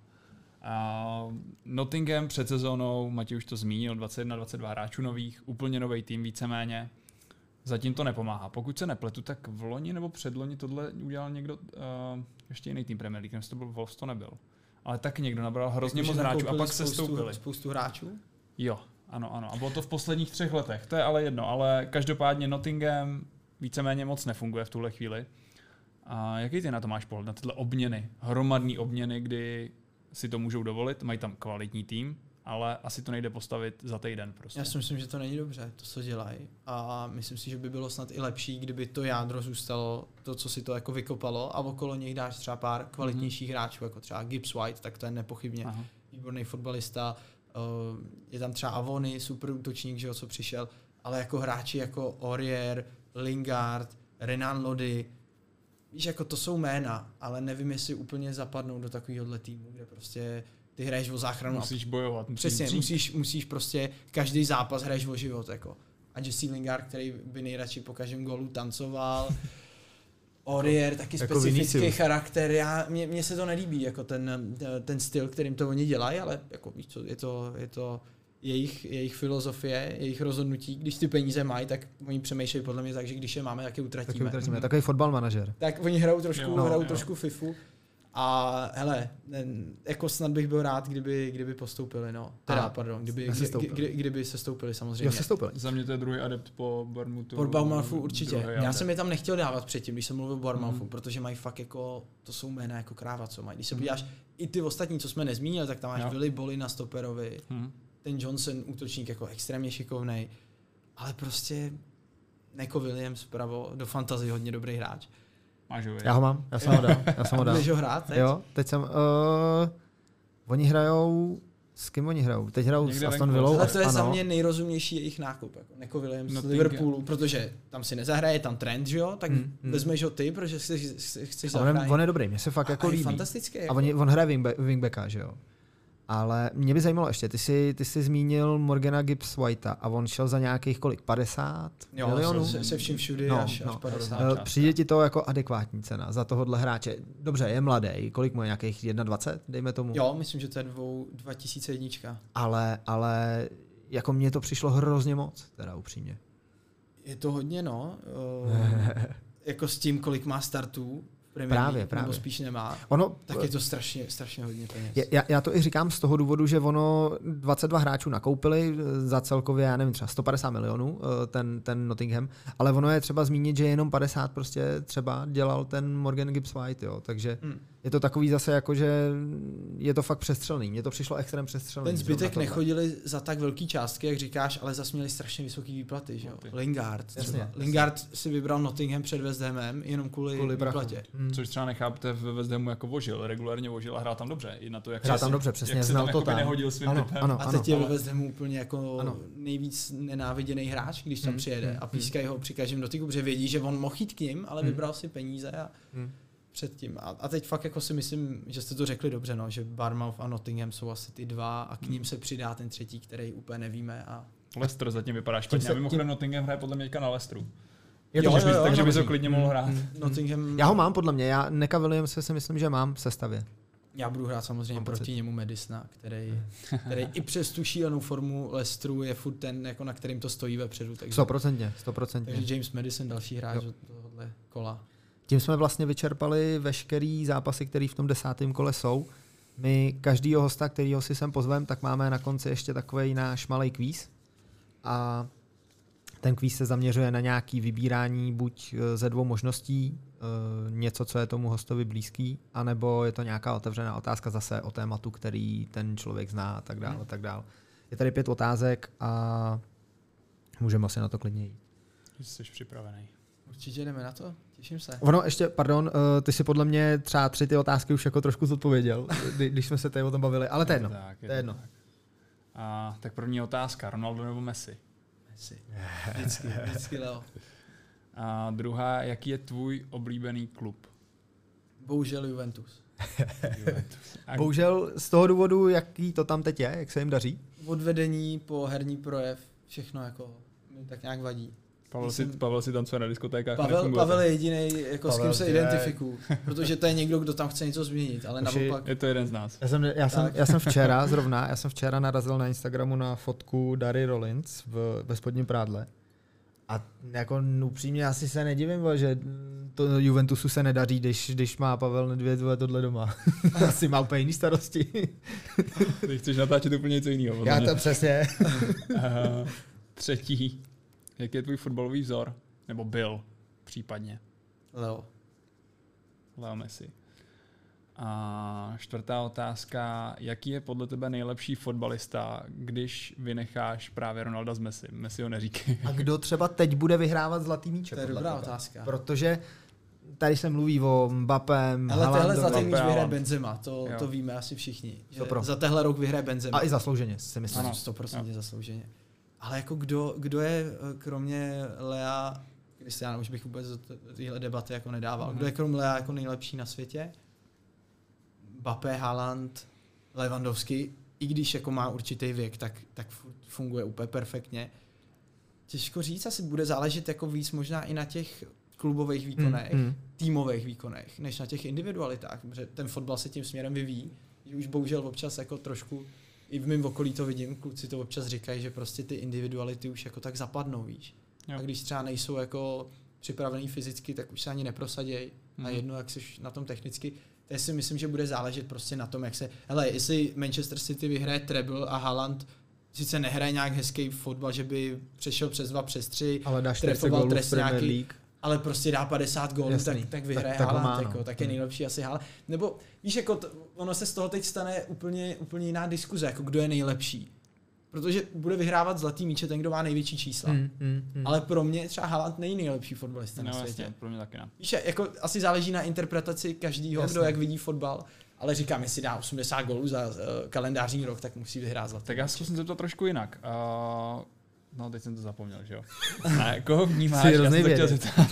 [SPEAKER 3] Nottingham před sezónou, Matěj už to zmínil, 21-22 hráčů nových, úplně nový tým víceméně. Zatím to nepomáhá. Pokud se nepletu, tak v loni nebo předloni tohle udělal někdo, ještě jiný tým Premier League, nevím, to byl Wolves, to nebyl. Ale tak někdo nabral hrozně moc hráčů a pak se stoupili.
[SPEAKER 2] Spoustu hráčů?
[SPEAKER 3] Jo, ano. A bylo to v posledních 3 letech, to je ale jedno. Ale každopádně Nottingham víceméně moc nefunguje v tuhle chvíli. A jaký ty na to máš pohled, na tyhle obměny, hromadný obměny, kdy si to můžou dovolit, mají tam kvalitní tým, ale asi to nejde postavit za týden prostě.
[SPEAKER 2] Já si myslím, že to není dobře, to, co dělají. A myslím si, že by bylo snad i lepší, kdyby to jádro zůstalo, to, co si to jako vykopalo a okolo něj dáš třeba pár kvalitnějších hráčů, jako třeba Gibbs White, tak to je nepochybně výborný fotbalista. Je tam třeba Avony, super útočník, že jo, co přišel, ale jako hráči jako Aurier, Lingard, Renan Lodi, víš, jako to jsou jména, ale nevím, jestli úplně zapadnou do takovéhohle týmu, kde prostě ty hraješ o záchranu.
[SPEAKER 3] Musíš bojovat.
[SPEAKER 2] Přesně, musíš prostě každý zápas hraješ o život. Jako. A Jesse Lingard, který by nejradši po každém gólu tancoval. Aurier, taky jako specifický charakter. Mně se to nelíbí, jako ten styl, kterým to oni dělají, ale jako, víš co, je to jejich filozofie, jejich rozhodnutí. Když ty peníze mají, tak oni přemýšlejí podle mě tak, že když je máme, tak je utratíme.
[SPEAKER 1] Takový fotbal manažer.
[SPEAKER 2] Tak oni hrajou trošku FIFU. A hele, jako snad bych byl rád, kdyby postoupili, no. Kdyby se stoupili samozřejmě.
[SPEAKER 1] Jo, se stoupili.
[SPEAKER 3] Za mě to je druhý adept po Bournemouthu.
[SPEAKER 2] Po Bournemouthu určitě. Já jsem je tam nechtěl dávat předtím, když jsem mluvil o Bournemouthu, protože mají fakt jako, to jsou jména jako kráva, co mají. Když se podíváš, i ty ostatní, co jsme nezmínili, tak tam máš Willy Bolly na stoperovi, ten Johnson, útočník jako extrémně šikovnej, ale prostě Neko Williams vpravo, do fantasy hodně dobrý hráč.
[SPEAKER 1] Já ho mám, já jsem ho dal.
[SPEAKER 2] Budeš ho hrát teď?
[SPEAKER 1] Jo, teď jsem, oni hrajou, s kým oni hrajou? Teď hrajou s Aston Villou.
[SPEAKER 2] Ale to je za mě nejrozumnější jejich nákup, jako Neko Williams z Liverpoolu, protože tam si nezahraje, tam Trent, že jo, tak vezmeš ho ty, protože chceš zahrát.
[SPEAKER 1] On je dobrý, mně se fakt jako líbí.
[SPEAKER 2] Fantastický.
[SPEAKER 1] A on hraje wingbacka, že jo. Ale mě by zajímalo ještě, ty jsi zmínil Morgana Gibbs Whitea a on šel za nějakých kolik? 50 milionů?
[SPEAKER 2] Se vším všudy až 50.
[SPEAKER 1] Přijde ti to jako adekvátní cena za tohohle hráče? Dobře, je mladý, kolik mu je, nějakých 21, dejme tomu?
[SPEAKER 2] Jo, myslím, že to je 2001.
[SPEAKER 1] Ale jako mně to přišlo hrozně moc, teda upřímně.
[SPEAKER 2] Je to hodně, no. Jako s tím, kolik má startů v Premier League,
[SPEAKER 1] Právě.
[SPEAKER 2] nebo spíš nemá, tak je to strašně hodně peněz.
[SPEAKER 1] Já to i říkám z toho důvodu, že ono 22 hráčů nakoupili za celkově, já nevím, třeba 150 milionů ten Nottingham, ale ono je třeba zmínit, že jenom 50 prostě třeba dělal ten Morgan Gibbs White, jo, takže je to takový zase jako, že je to fakt přestřelný. Mně to přišlo extrém přestřelný.
[SPEAKER 2] Ten zbytek nechodili za tak velký částky, jak říkáš, ale zase měli strašně vysoký výplaty, že jo. Lingard třeba. Lingard si vybral Nottingham před West Hamem jenom kvůli výplatě.
[SPEAKER 3] Což třeba nechápete v West Hamu jako vožil, regulárně vožil a hrál tam dobře. I na to, jak
[SPEAKER 1] hrál tam dobře, přesně, znal to tam.
[SPEAKER 3] Nehodil svým typem.
[SPEAKER 2] A teď je ve West Hamu úplně jako nejvíc nenáviděný hráč, když tam přijede a pískají ho při každém dotyku, protože vědí, že on mohl jít k ním, ale vybral si peníze a předtím. A teď fakt jako si myslím, že jste to řekli dobře, no, že Bournemouth a Nottingham jsou asi ty dva a k ním se přidá ten třetí, který úplně nevíme. A
[SPEAKER 3] Leicester zatím vypadá špatně. A mimochodem Nottingham hraje podle mě na Leicesteru.
[SPEAKER 1] Takže
[SPEAKER 3] by se klidně mohl hrát.
[SPEAKER 2] Nottingham...
[SPEAKER 1] Já ho mám podle mě, já Necka Williamse si myslím, že mám v sestavě.
[SPEAKER 2] Já budu hrát samozřejmě proti němu Madisona, který i přes tu šílenou formu Leicesteru je furt ten, jako na kterým to stojí vepředu.
[SPEAKER 1] 100%.
[SPEAKER 2] Takže James Maddison, další hráč od tohohle kola.
[SPEAKER 1] Tím jsme vlastně vyčerpali veškerý zápasy, které v tom 10. kole jsou. My každýho hosta, kterýho si sem pozvem, tak máme na konci ještě takovej náš malej kvíz. A ten kvíz se zaměřuje na nějaké vybírání buď ze dvou možností, něco, co je tomu hostovi blízký, anebo je to nějaká otevřená otázka zase o tématu, který ten člověk zná a tak dále. Je tady 5 otázek a můžeme si na to klidně jít.
[SPEAKER 3] Jsi připravený.
[SPEAKER 2] Určitě jdeme na to, těším se.
[SPEAKER 1] Ono ještě, pardon, ty si podle mě třeba 3 ty otázky už jako trošku zodpověděl, když jsme se tady o tom bavili, ale to je jedno. To je jedno.
[SPEAKER 3] Tak. Tak první otázka, Ronaldo nebo Messi?
[SPEAKER 2] Messi. Vždycky Leo.
[SPEAKER 3] A druhá, jaký je tvůj oblíbený klub?
[SPEAKER 2] Bohužel Juventus.
[SPEAKER 1] Bohužel z toho důvodu, jaký to tam teď je, jak se jim daří?
[SPEAKER 2] Od vedení po herní projev, všechno jako mi tak nějak vadí.
[SPEAKER 3] Pavel si tancuje na diskotékách.
[SPEAKER 2] Pavel je jediný, jako s kým se identifikuju, protože to je někdo, kdo tam chce něco změnit, ale naopak.
[SPEAKER 3] Je to jeden z nás.
[SPEAKER 1] Já jsem včera narazil na Instagramu na fotku Dary Rollins ve spodním prádle. A jako upřímně asi se nedivím, že to Juventusu se nedaří, když má Pavel Nedvěd tohle doma. Asi má úplně jiný starosti.
[SPEAKER 3] Ty chceš natáčet úplně něco jiného.
[SPEAKER 1] Já to přesně.
[SPEAKER 3] Třetí. Jaký je tvůj fotbalový vzor? Nebo byl případně?
[SPEAKER 2] Leo
[SPEAKER 3] Messi. A čtvrtá otázka. Jaký je podle tebe nejlepší fotbalista, když vynecháš právě Ronalda z Messi? Messi ho neříkej.
[SPEAKER 1] A kdo třeba teď bude vyhrávat zlatý míček?
[SPEAKER 2] To je dobrá otázka.
[SPEAKER 1] Protože tady se mluví o Mbappém,
[SPEAKER 2] ale tehle zlatý míč vyhraje Benzema, to víme asi všichni. Za tehle rok vyhraje Benzema.
[SPEAKER 1] A i zaslouženě, si myslím.
[SPEAKER 2] Ano, 100% zaslouženě. Ale jako kdo je, kromě Lea, Cristiano, už bych vůbec do téhle debaty jako nedával, kdo je kromě Lea jako nejlepší na světě? Mbappé, Haaland, Lewandowski, i když jako má určitý věk, tak funguje úplně perfektně. Těžko říct, asi bude záležet jako víc možná i na těch klubových výkonech, týmových výkonech, než na těch individualitách, protože ten fotbal se tím směrem vyvíjí, že už bohužel občas jako trošku, i v mém okolí to vidím, kluci to občas říkají, že prostě ty individuality už jako tak zapadnou, víš. Jo. A když třeba nejsou jako připravený fyzicky, tak už se ani neprosadějí. A jedno, jak jsi na tom technicky, to si myslím, že bude záležet prostě na tom, jak se... Hele, jestli Manchester City vyhraje treble a Haaland sice nehraje nějak hezký fotbal, že by přešel přes 2, přes 3, trefoval trestňáky, ale prostě dá 50 gólů, tak vyhraje Haaland, jako, tak je nejlepší asi Haaland. Nebo víš, jako ono se z toho teď stane úplně jiná diskuze, jako kdo je nejlepší. Protože bude vyhrávat zlatý míče ten, kdo má největší čísla. Ale pro mě třeba Haaland není nejlepší fotbalista na světě.
[SPEAKER 3] Jasně, pro mě taky ne.
[SPEAKER 2] Víš, jako asi záleží na interpretaci každého, kdo jak vidí fotbal. Ale říkám, jestli dá 80 gólů za kalendářní rok, tak musí vyhrát zlatý.
[SPEAKER 3] Tak já zkusím zeptat trošku jinak. No, teď jsem to zapomněl, že jo? A koho vnímáš? Já jsem to chtěl zeptat.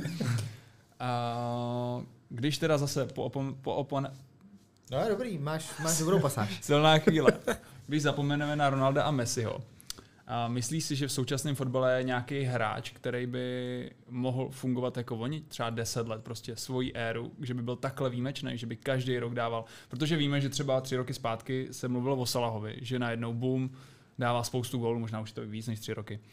[SPEAKER 3] Když teda zase
[SPEAKER 1] No je dobrý, máš dobrou pasáž.
[SPEAKER 3] Silná chvíle. Když zapomeneme na Ronalda a Messiho, myslíš si, že v současném fotbale je nějaký hráč, který by mohl fungovat jako oni, třeba 10 let, prostě svoji éru, že by byl takhle výjimečný, že by každý rok dával, protože víme, že třeba 3 roky zpátky se mluvilo o Salahovi, že najednou boom, dává spoustu gólů, možná už to víc než 3 roky.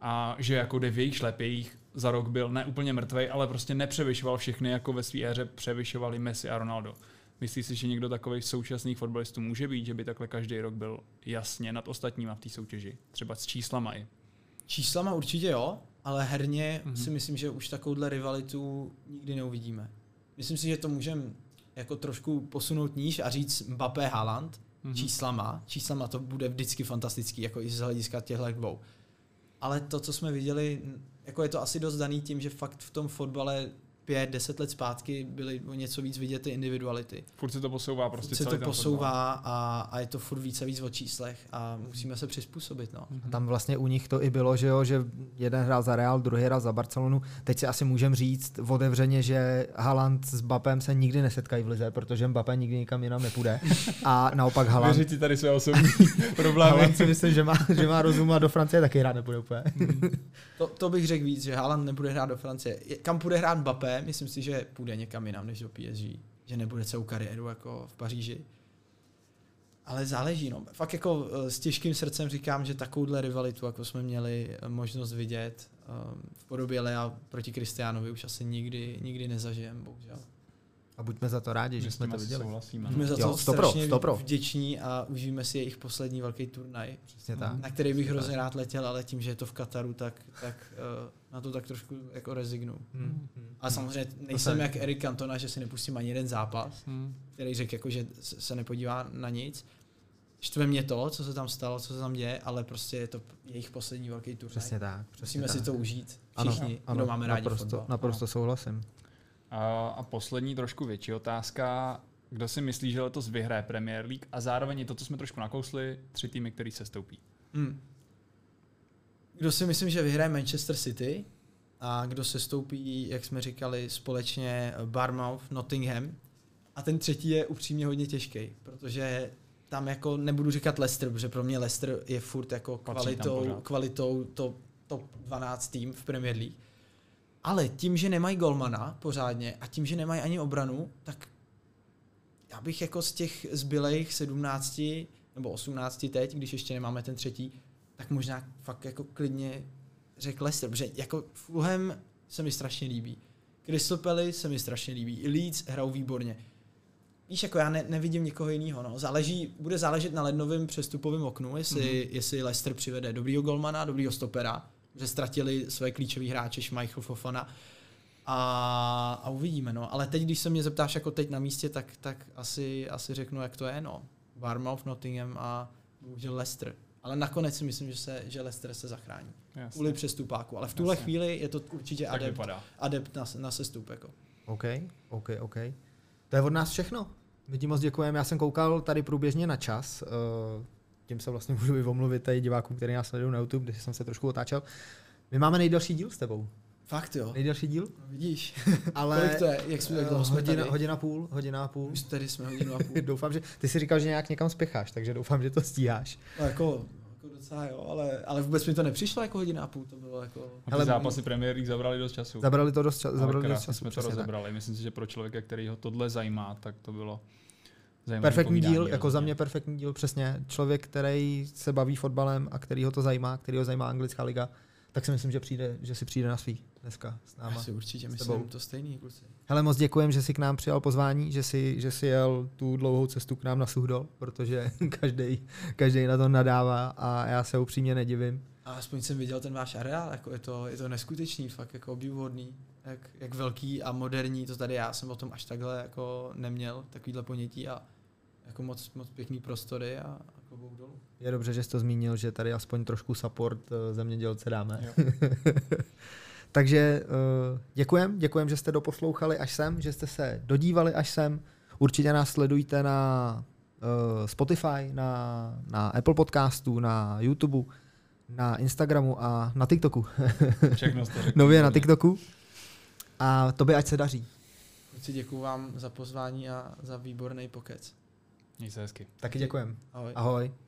[SPEAKER 3] a že jako jde v jejich šlep, jejich za rok byl ne úplně mrtvej, ale prostě nepřevyšoval všechny, jako ve své éře převyšovali Messi a Ronaldo. Myslíš si, že někdo takových současných fotbalistů může být, že by takhle každý rok byl jasně nad ostatníma v té soutěži? Třeba s číslama i.
[SPEAKER 2] Číslama určitě jo, ale herně si myslím, že už takovouhle rivalitu nikdy neuvidíme. Myslím si, že to můžeme jako trošku posunout níž a říct Mbappé Haaland číslama to bude vždycky fantastický, jako i z hlediska těchto dvou. Ale to, co jsme viděli, jako je to asi dost daný tím, že fakt v tom fotbale 5-10 let zpátky byly o něco víc vidět ty individuality.
[SPEAKER 3] Furt se to posouvá prostě
[SPEAKER 2] celý to posouvá a je to furt víc a víc o číslech a musíme se přizpůsobit. No.
[SPEAKER 1] A tam vlastně u nich to i bylo, že jo, že jeden hrál za Real, druhý hrál za Barcelonu. Teď si asi můžeme říct otevřeně, že Haaland s Mbappém se nikdy nesetkají v lize, protože Mbappé nikdy nikam jinam nepůjde. A naopak Haaland.
[SPEAKER 3] Věřit ti tady své osobní problémy.
[SPEAKER 1] Haaland si myslím, že má rozum a do Francie taky hrát nepůjde úplně.
[SPEAKER 2] To bych řekl víc, že Haaland nebude hrát do Francie. Kam půjde hrát Mbappé? Myslím si, že půjde někam jinam než do PSG. Že nebude celou kariéru jako v Paříži. Ale záleží. No. Fakt jako s těžkým srdcem říkám, že takovouhle rivalitu, jako jsme měli možnost vidět v podobě Lea proti Kristiánovi, už asi nikdy nezažijeme, bohužel.
[SPEAKER 1] A buďme za to rádi, že jsme to viděli.
[SPEAKER 2] Buďme za to strašně vděční a užijeme si jejich poslední velký turnaj, na který bych hrozně rád letěl, ale tím, že je to v Kataru, tak na to tak trošku jako rezignu. A samozřejmě nejsem jak Eric Cantona, že si nepustím ani jeden zápas, který řekl, jako, že se nepodívá na nic. Štve mě to, co se tam stalo, co se tam děje, ale prostě je to jejich poslední velký turnaj.
[SPEAKER 1] Přesně tak.
[SPEAKER 2] Musíme si to užít všichni, kdo máme rádi fotbal.
[SPEAKER 1] Naprosto souhlasím.
[SPEAKER 3] A poslední trošku větší otázka. Kdo si myslí, že letos vyhraje Premier League a zároveň i to, co jsme trošku nakousli, 3 týmy, který se stoupí?
[SPEAKER 2] Kdo si myslím, že vyhraje Manchester City a kdo se stoupí, jak jsme říkali, společně Bournemouth, Nottingham. A ten třetí je upřímně hodně těžký, protože tam jako nebudu říkat Leicester, protože pro mě Leicester je furt jako kvalitou top 12 tým v Premier League. Ale tím, že nemají golmana pořádně a tím, že nemají ani obranu, tak já bych jako z těch zbylejch 17 nebo 18 teď, když ještě nemáme ten třetí, tak možná fakt jako klidně řekl Leicester, protože jako Fulham se mi strašně líbí. Crystal Palace se mi strašně líbí. I Leeds hrajou výborně. Víš, jako já nevidím nikoho jiného. No. Bude záležet na lednovém přestupovém oknu, jestli Leicester přivede dobrýho golmana, dobrýho stopera, že ztratili své klíčové hráče Schmeichel, Fofana a uvidíme. No. Ale teď, když se mě zeptáš jako teď na místě, tak asi řeknu, jak to je. No. Bournemouth, Nottingham a bohužel Leicester. Ale nakonec si myslím, že Leicester se zachrání. Kvůli přestupáku. Ale v tuhle chvíli je to určitě adept na sestup. Jako.
[SPEAKER 1] OK. To je od nás všechno. My ti moc děkujeme. Já jsem koukal tady průběžně na čas. Tím se vlastně můžu i omluvit tady divákům, kteří nás sledují na YouTube, když jsem se trošku otáčel. My máme nejdelší díl s tebou.
[SPEAKER 2] Fakt jo.
[SPEAKER 1] Nejdelší díl?
[SPEAKER 2] No, vidíš.
[SPEAKER 1] Ale
[SPEAKER 2] kolik to je? Jak jsme tak dlouho
[SPEAKER 1] hodina a půl.
[SPEAKER 2] Už tady jsme hodinu a půl.
[SPEAKER 1] Doufám, že ty si říkal, že nějak někam spěcháš, takže doufám, že to stíháš.
[SPEAKER 2] No, jako docela jo, ale vůbec mi to nepřišlo jako hodina a půl, to bylo jako...
[SPEAKER 3] Hele, zápasy Premier League zabrali dost času.
[SPEAKER 1] Zabrali dost času.
[SPEAKER 3] Jsme to rozebrali. Myslím si, že pro člověka, který ho tohle zajímá, tak to bylo
[SPEAKER 1] perfektní díl, jako za mě perfektní díl, přesně. Člověk, který se baví fotbalem a který ho to zajímá, který ho zajímá anglická liga, tak si myslím, že si přijde na svý dneska s náma.
[SPEAKER 2] Já si určitě myslím to stejný, kluci.
[SPEAKER 1] Hele, moc děkujem, že jsi k nám přijal pozvání, že jsi jel tu dlouhou cestu k nám na Suchdol, protože každý na to nadává a já se upřímně nedivím.
[SPEAKER 2] A aspoň jsem viděl ten váš areál, jako je to neskutečný, fakt jako obdivuhodný, jak velký a moderní to tady, já jsem o tom až takhle jako neměl, takovýhle ponětí a jako moc pěkný prostory a klobouk dolů.
[SPEAKER 1] Je dobře, že jsi to zmínil, že tady aspoň trošku support zemědělce dáme. Takže děkujem, že jste doposlouchali až sem, že jste se dodívali až sem. Určitě nás sledujte na Spotify, na Apple podcastu, na YouTube, na Instagramu a na TikToku.
[SPEAKER 3] Všechno jste řekli.
[SPEAKER 1] Nově na TikToku. A tobě ať se daří.
[SPEAKER 2] Děkuju vám za pozvání a za výborný pokec.
[SPEAKER 3] Měj se hezky.
[SPEAKER 1] Taky děkujem.
[SPEAKER 2] Ahoj.
[SPEAKER 1] Ahoj.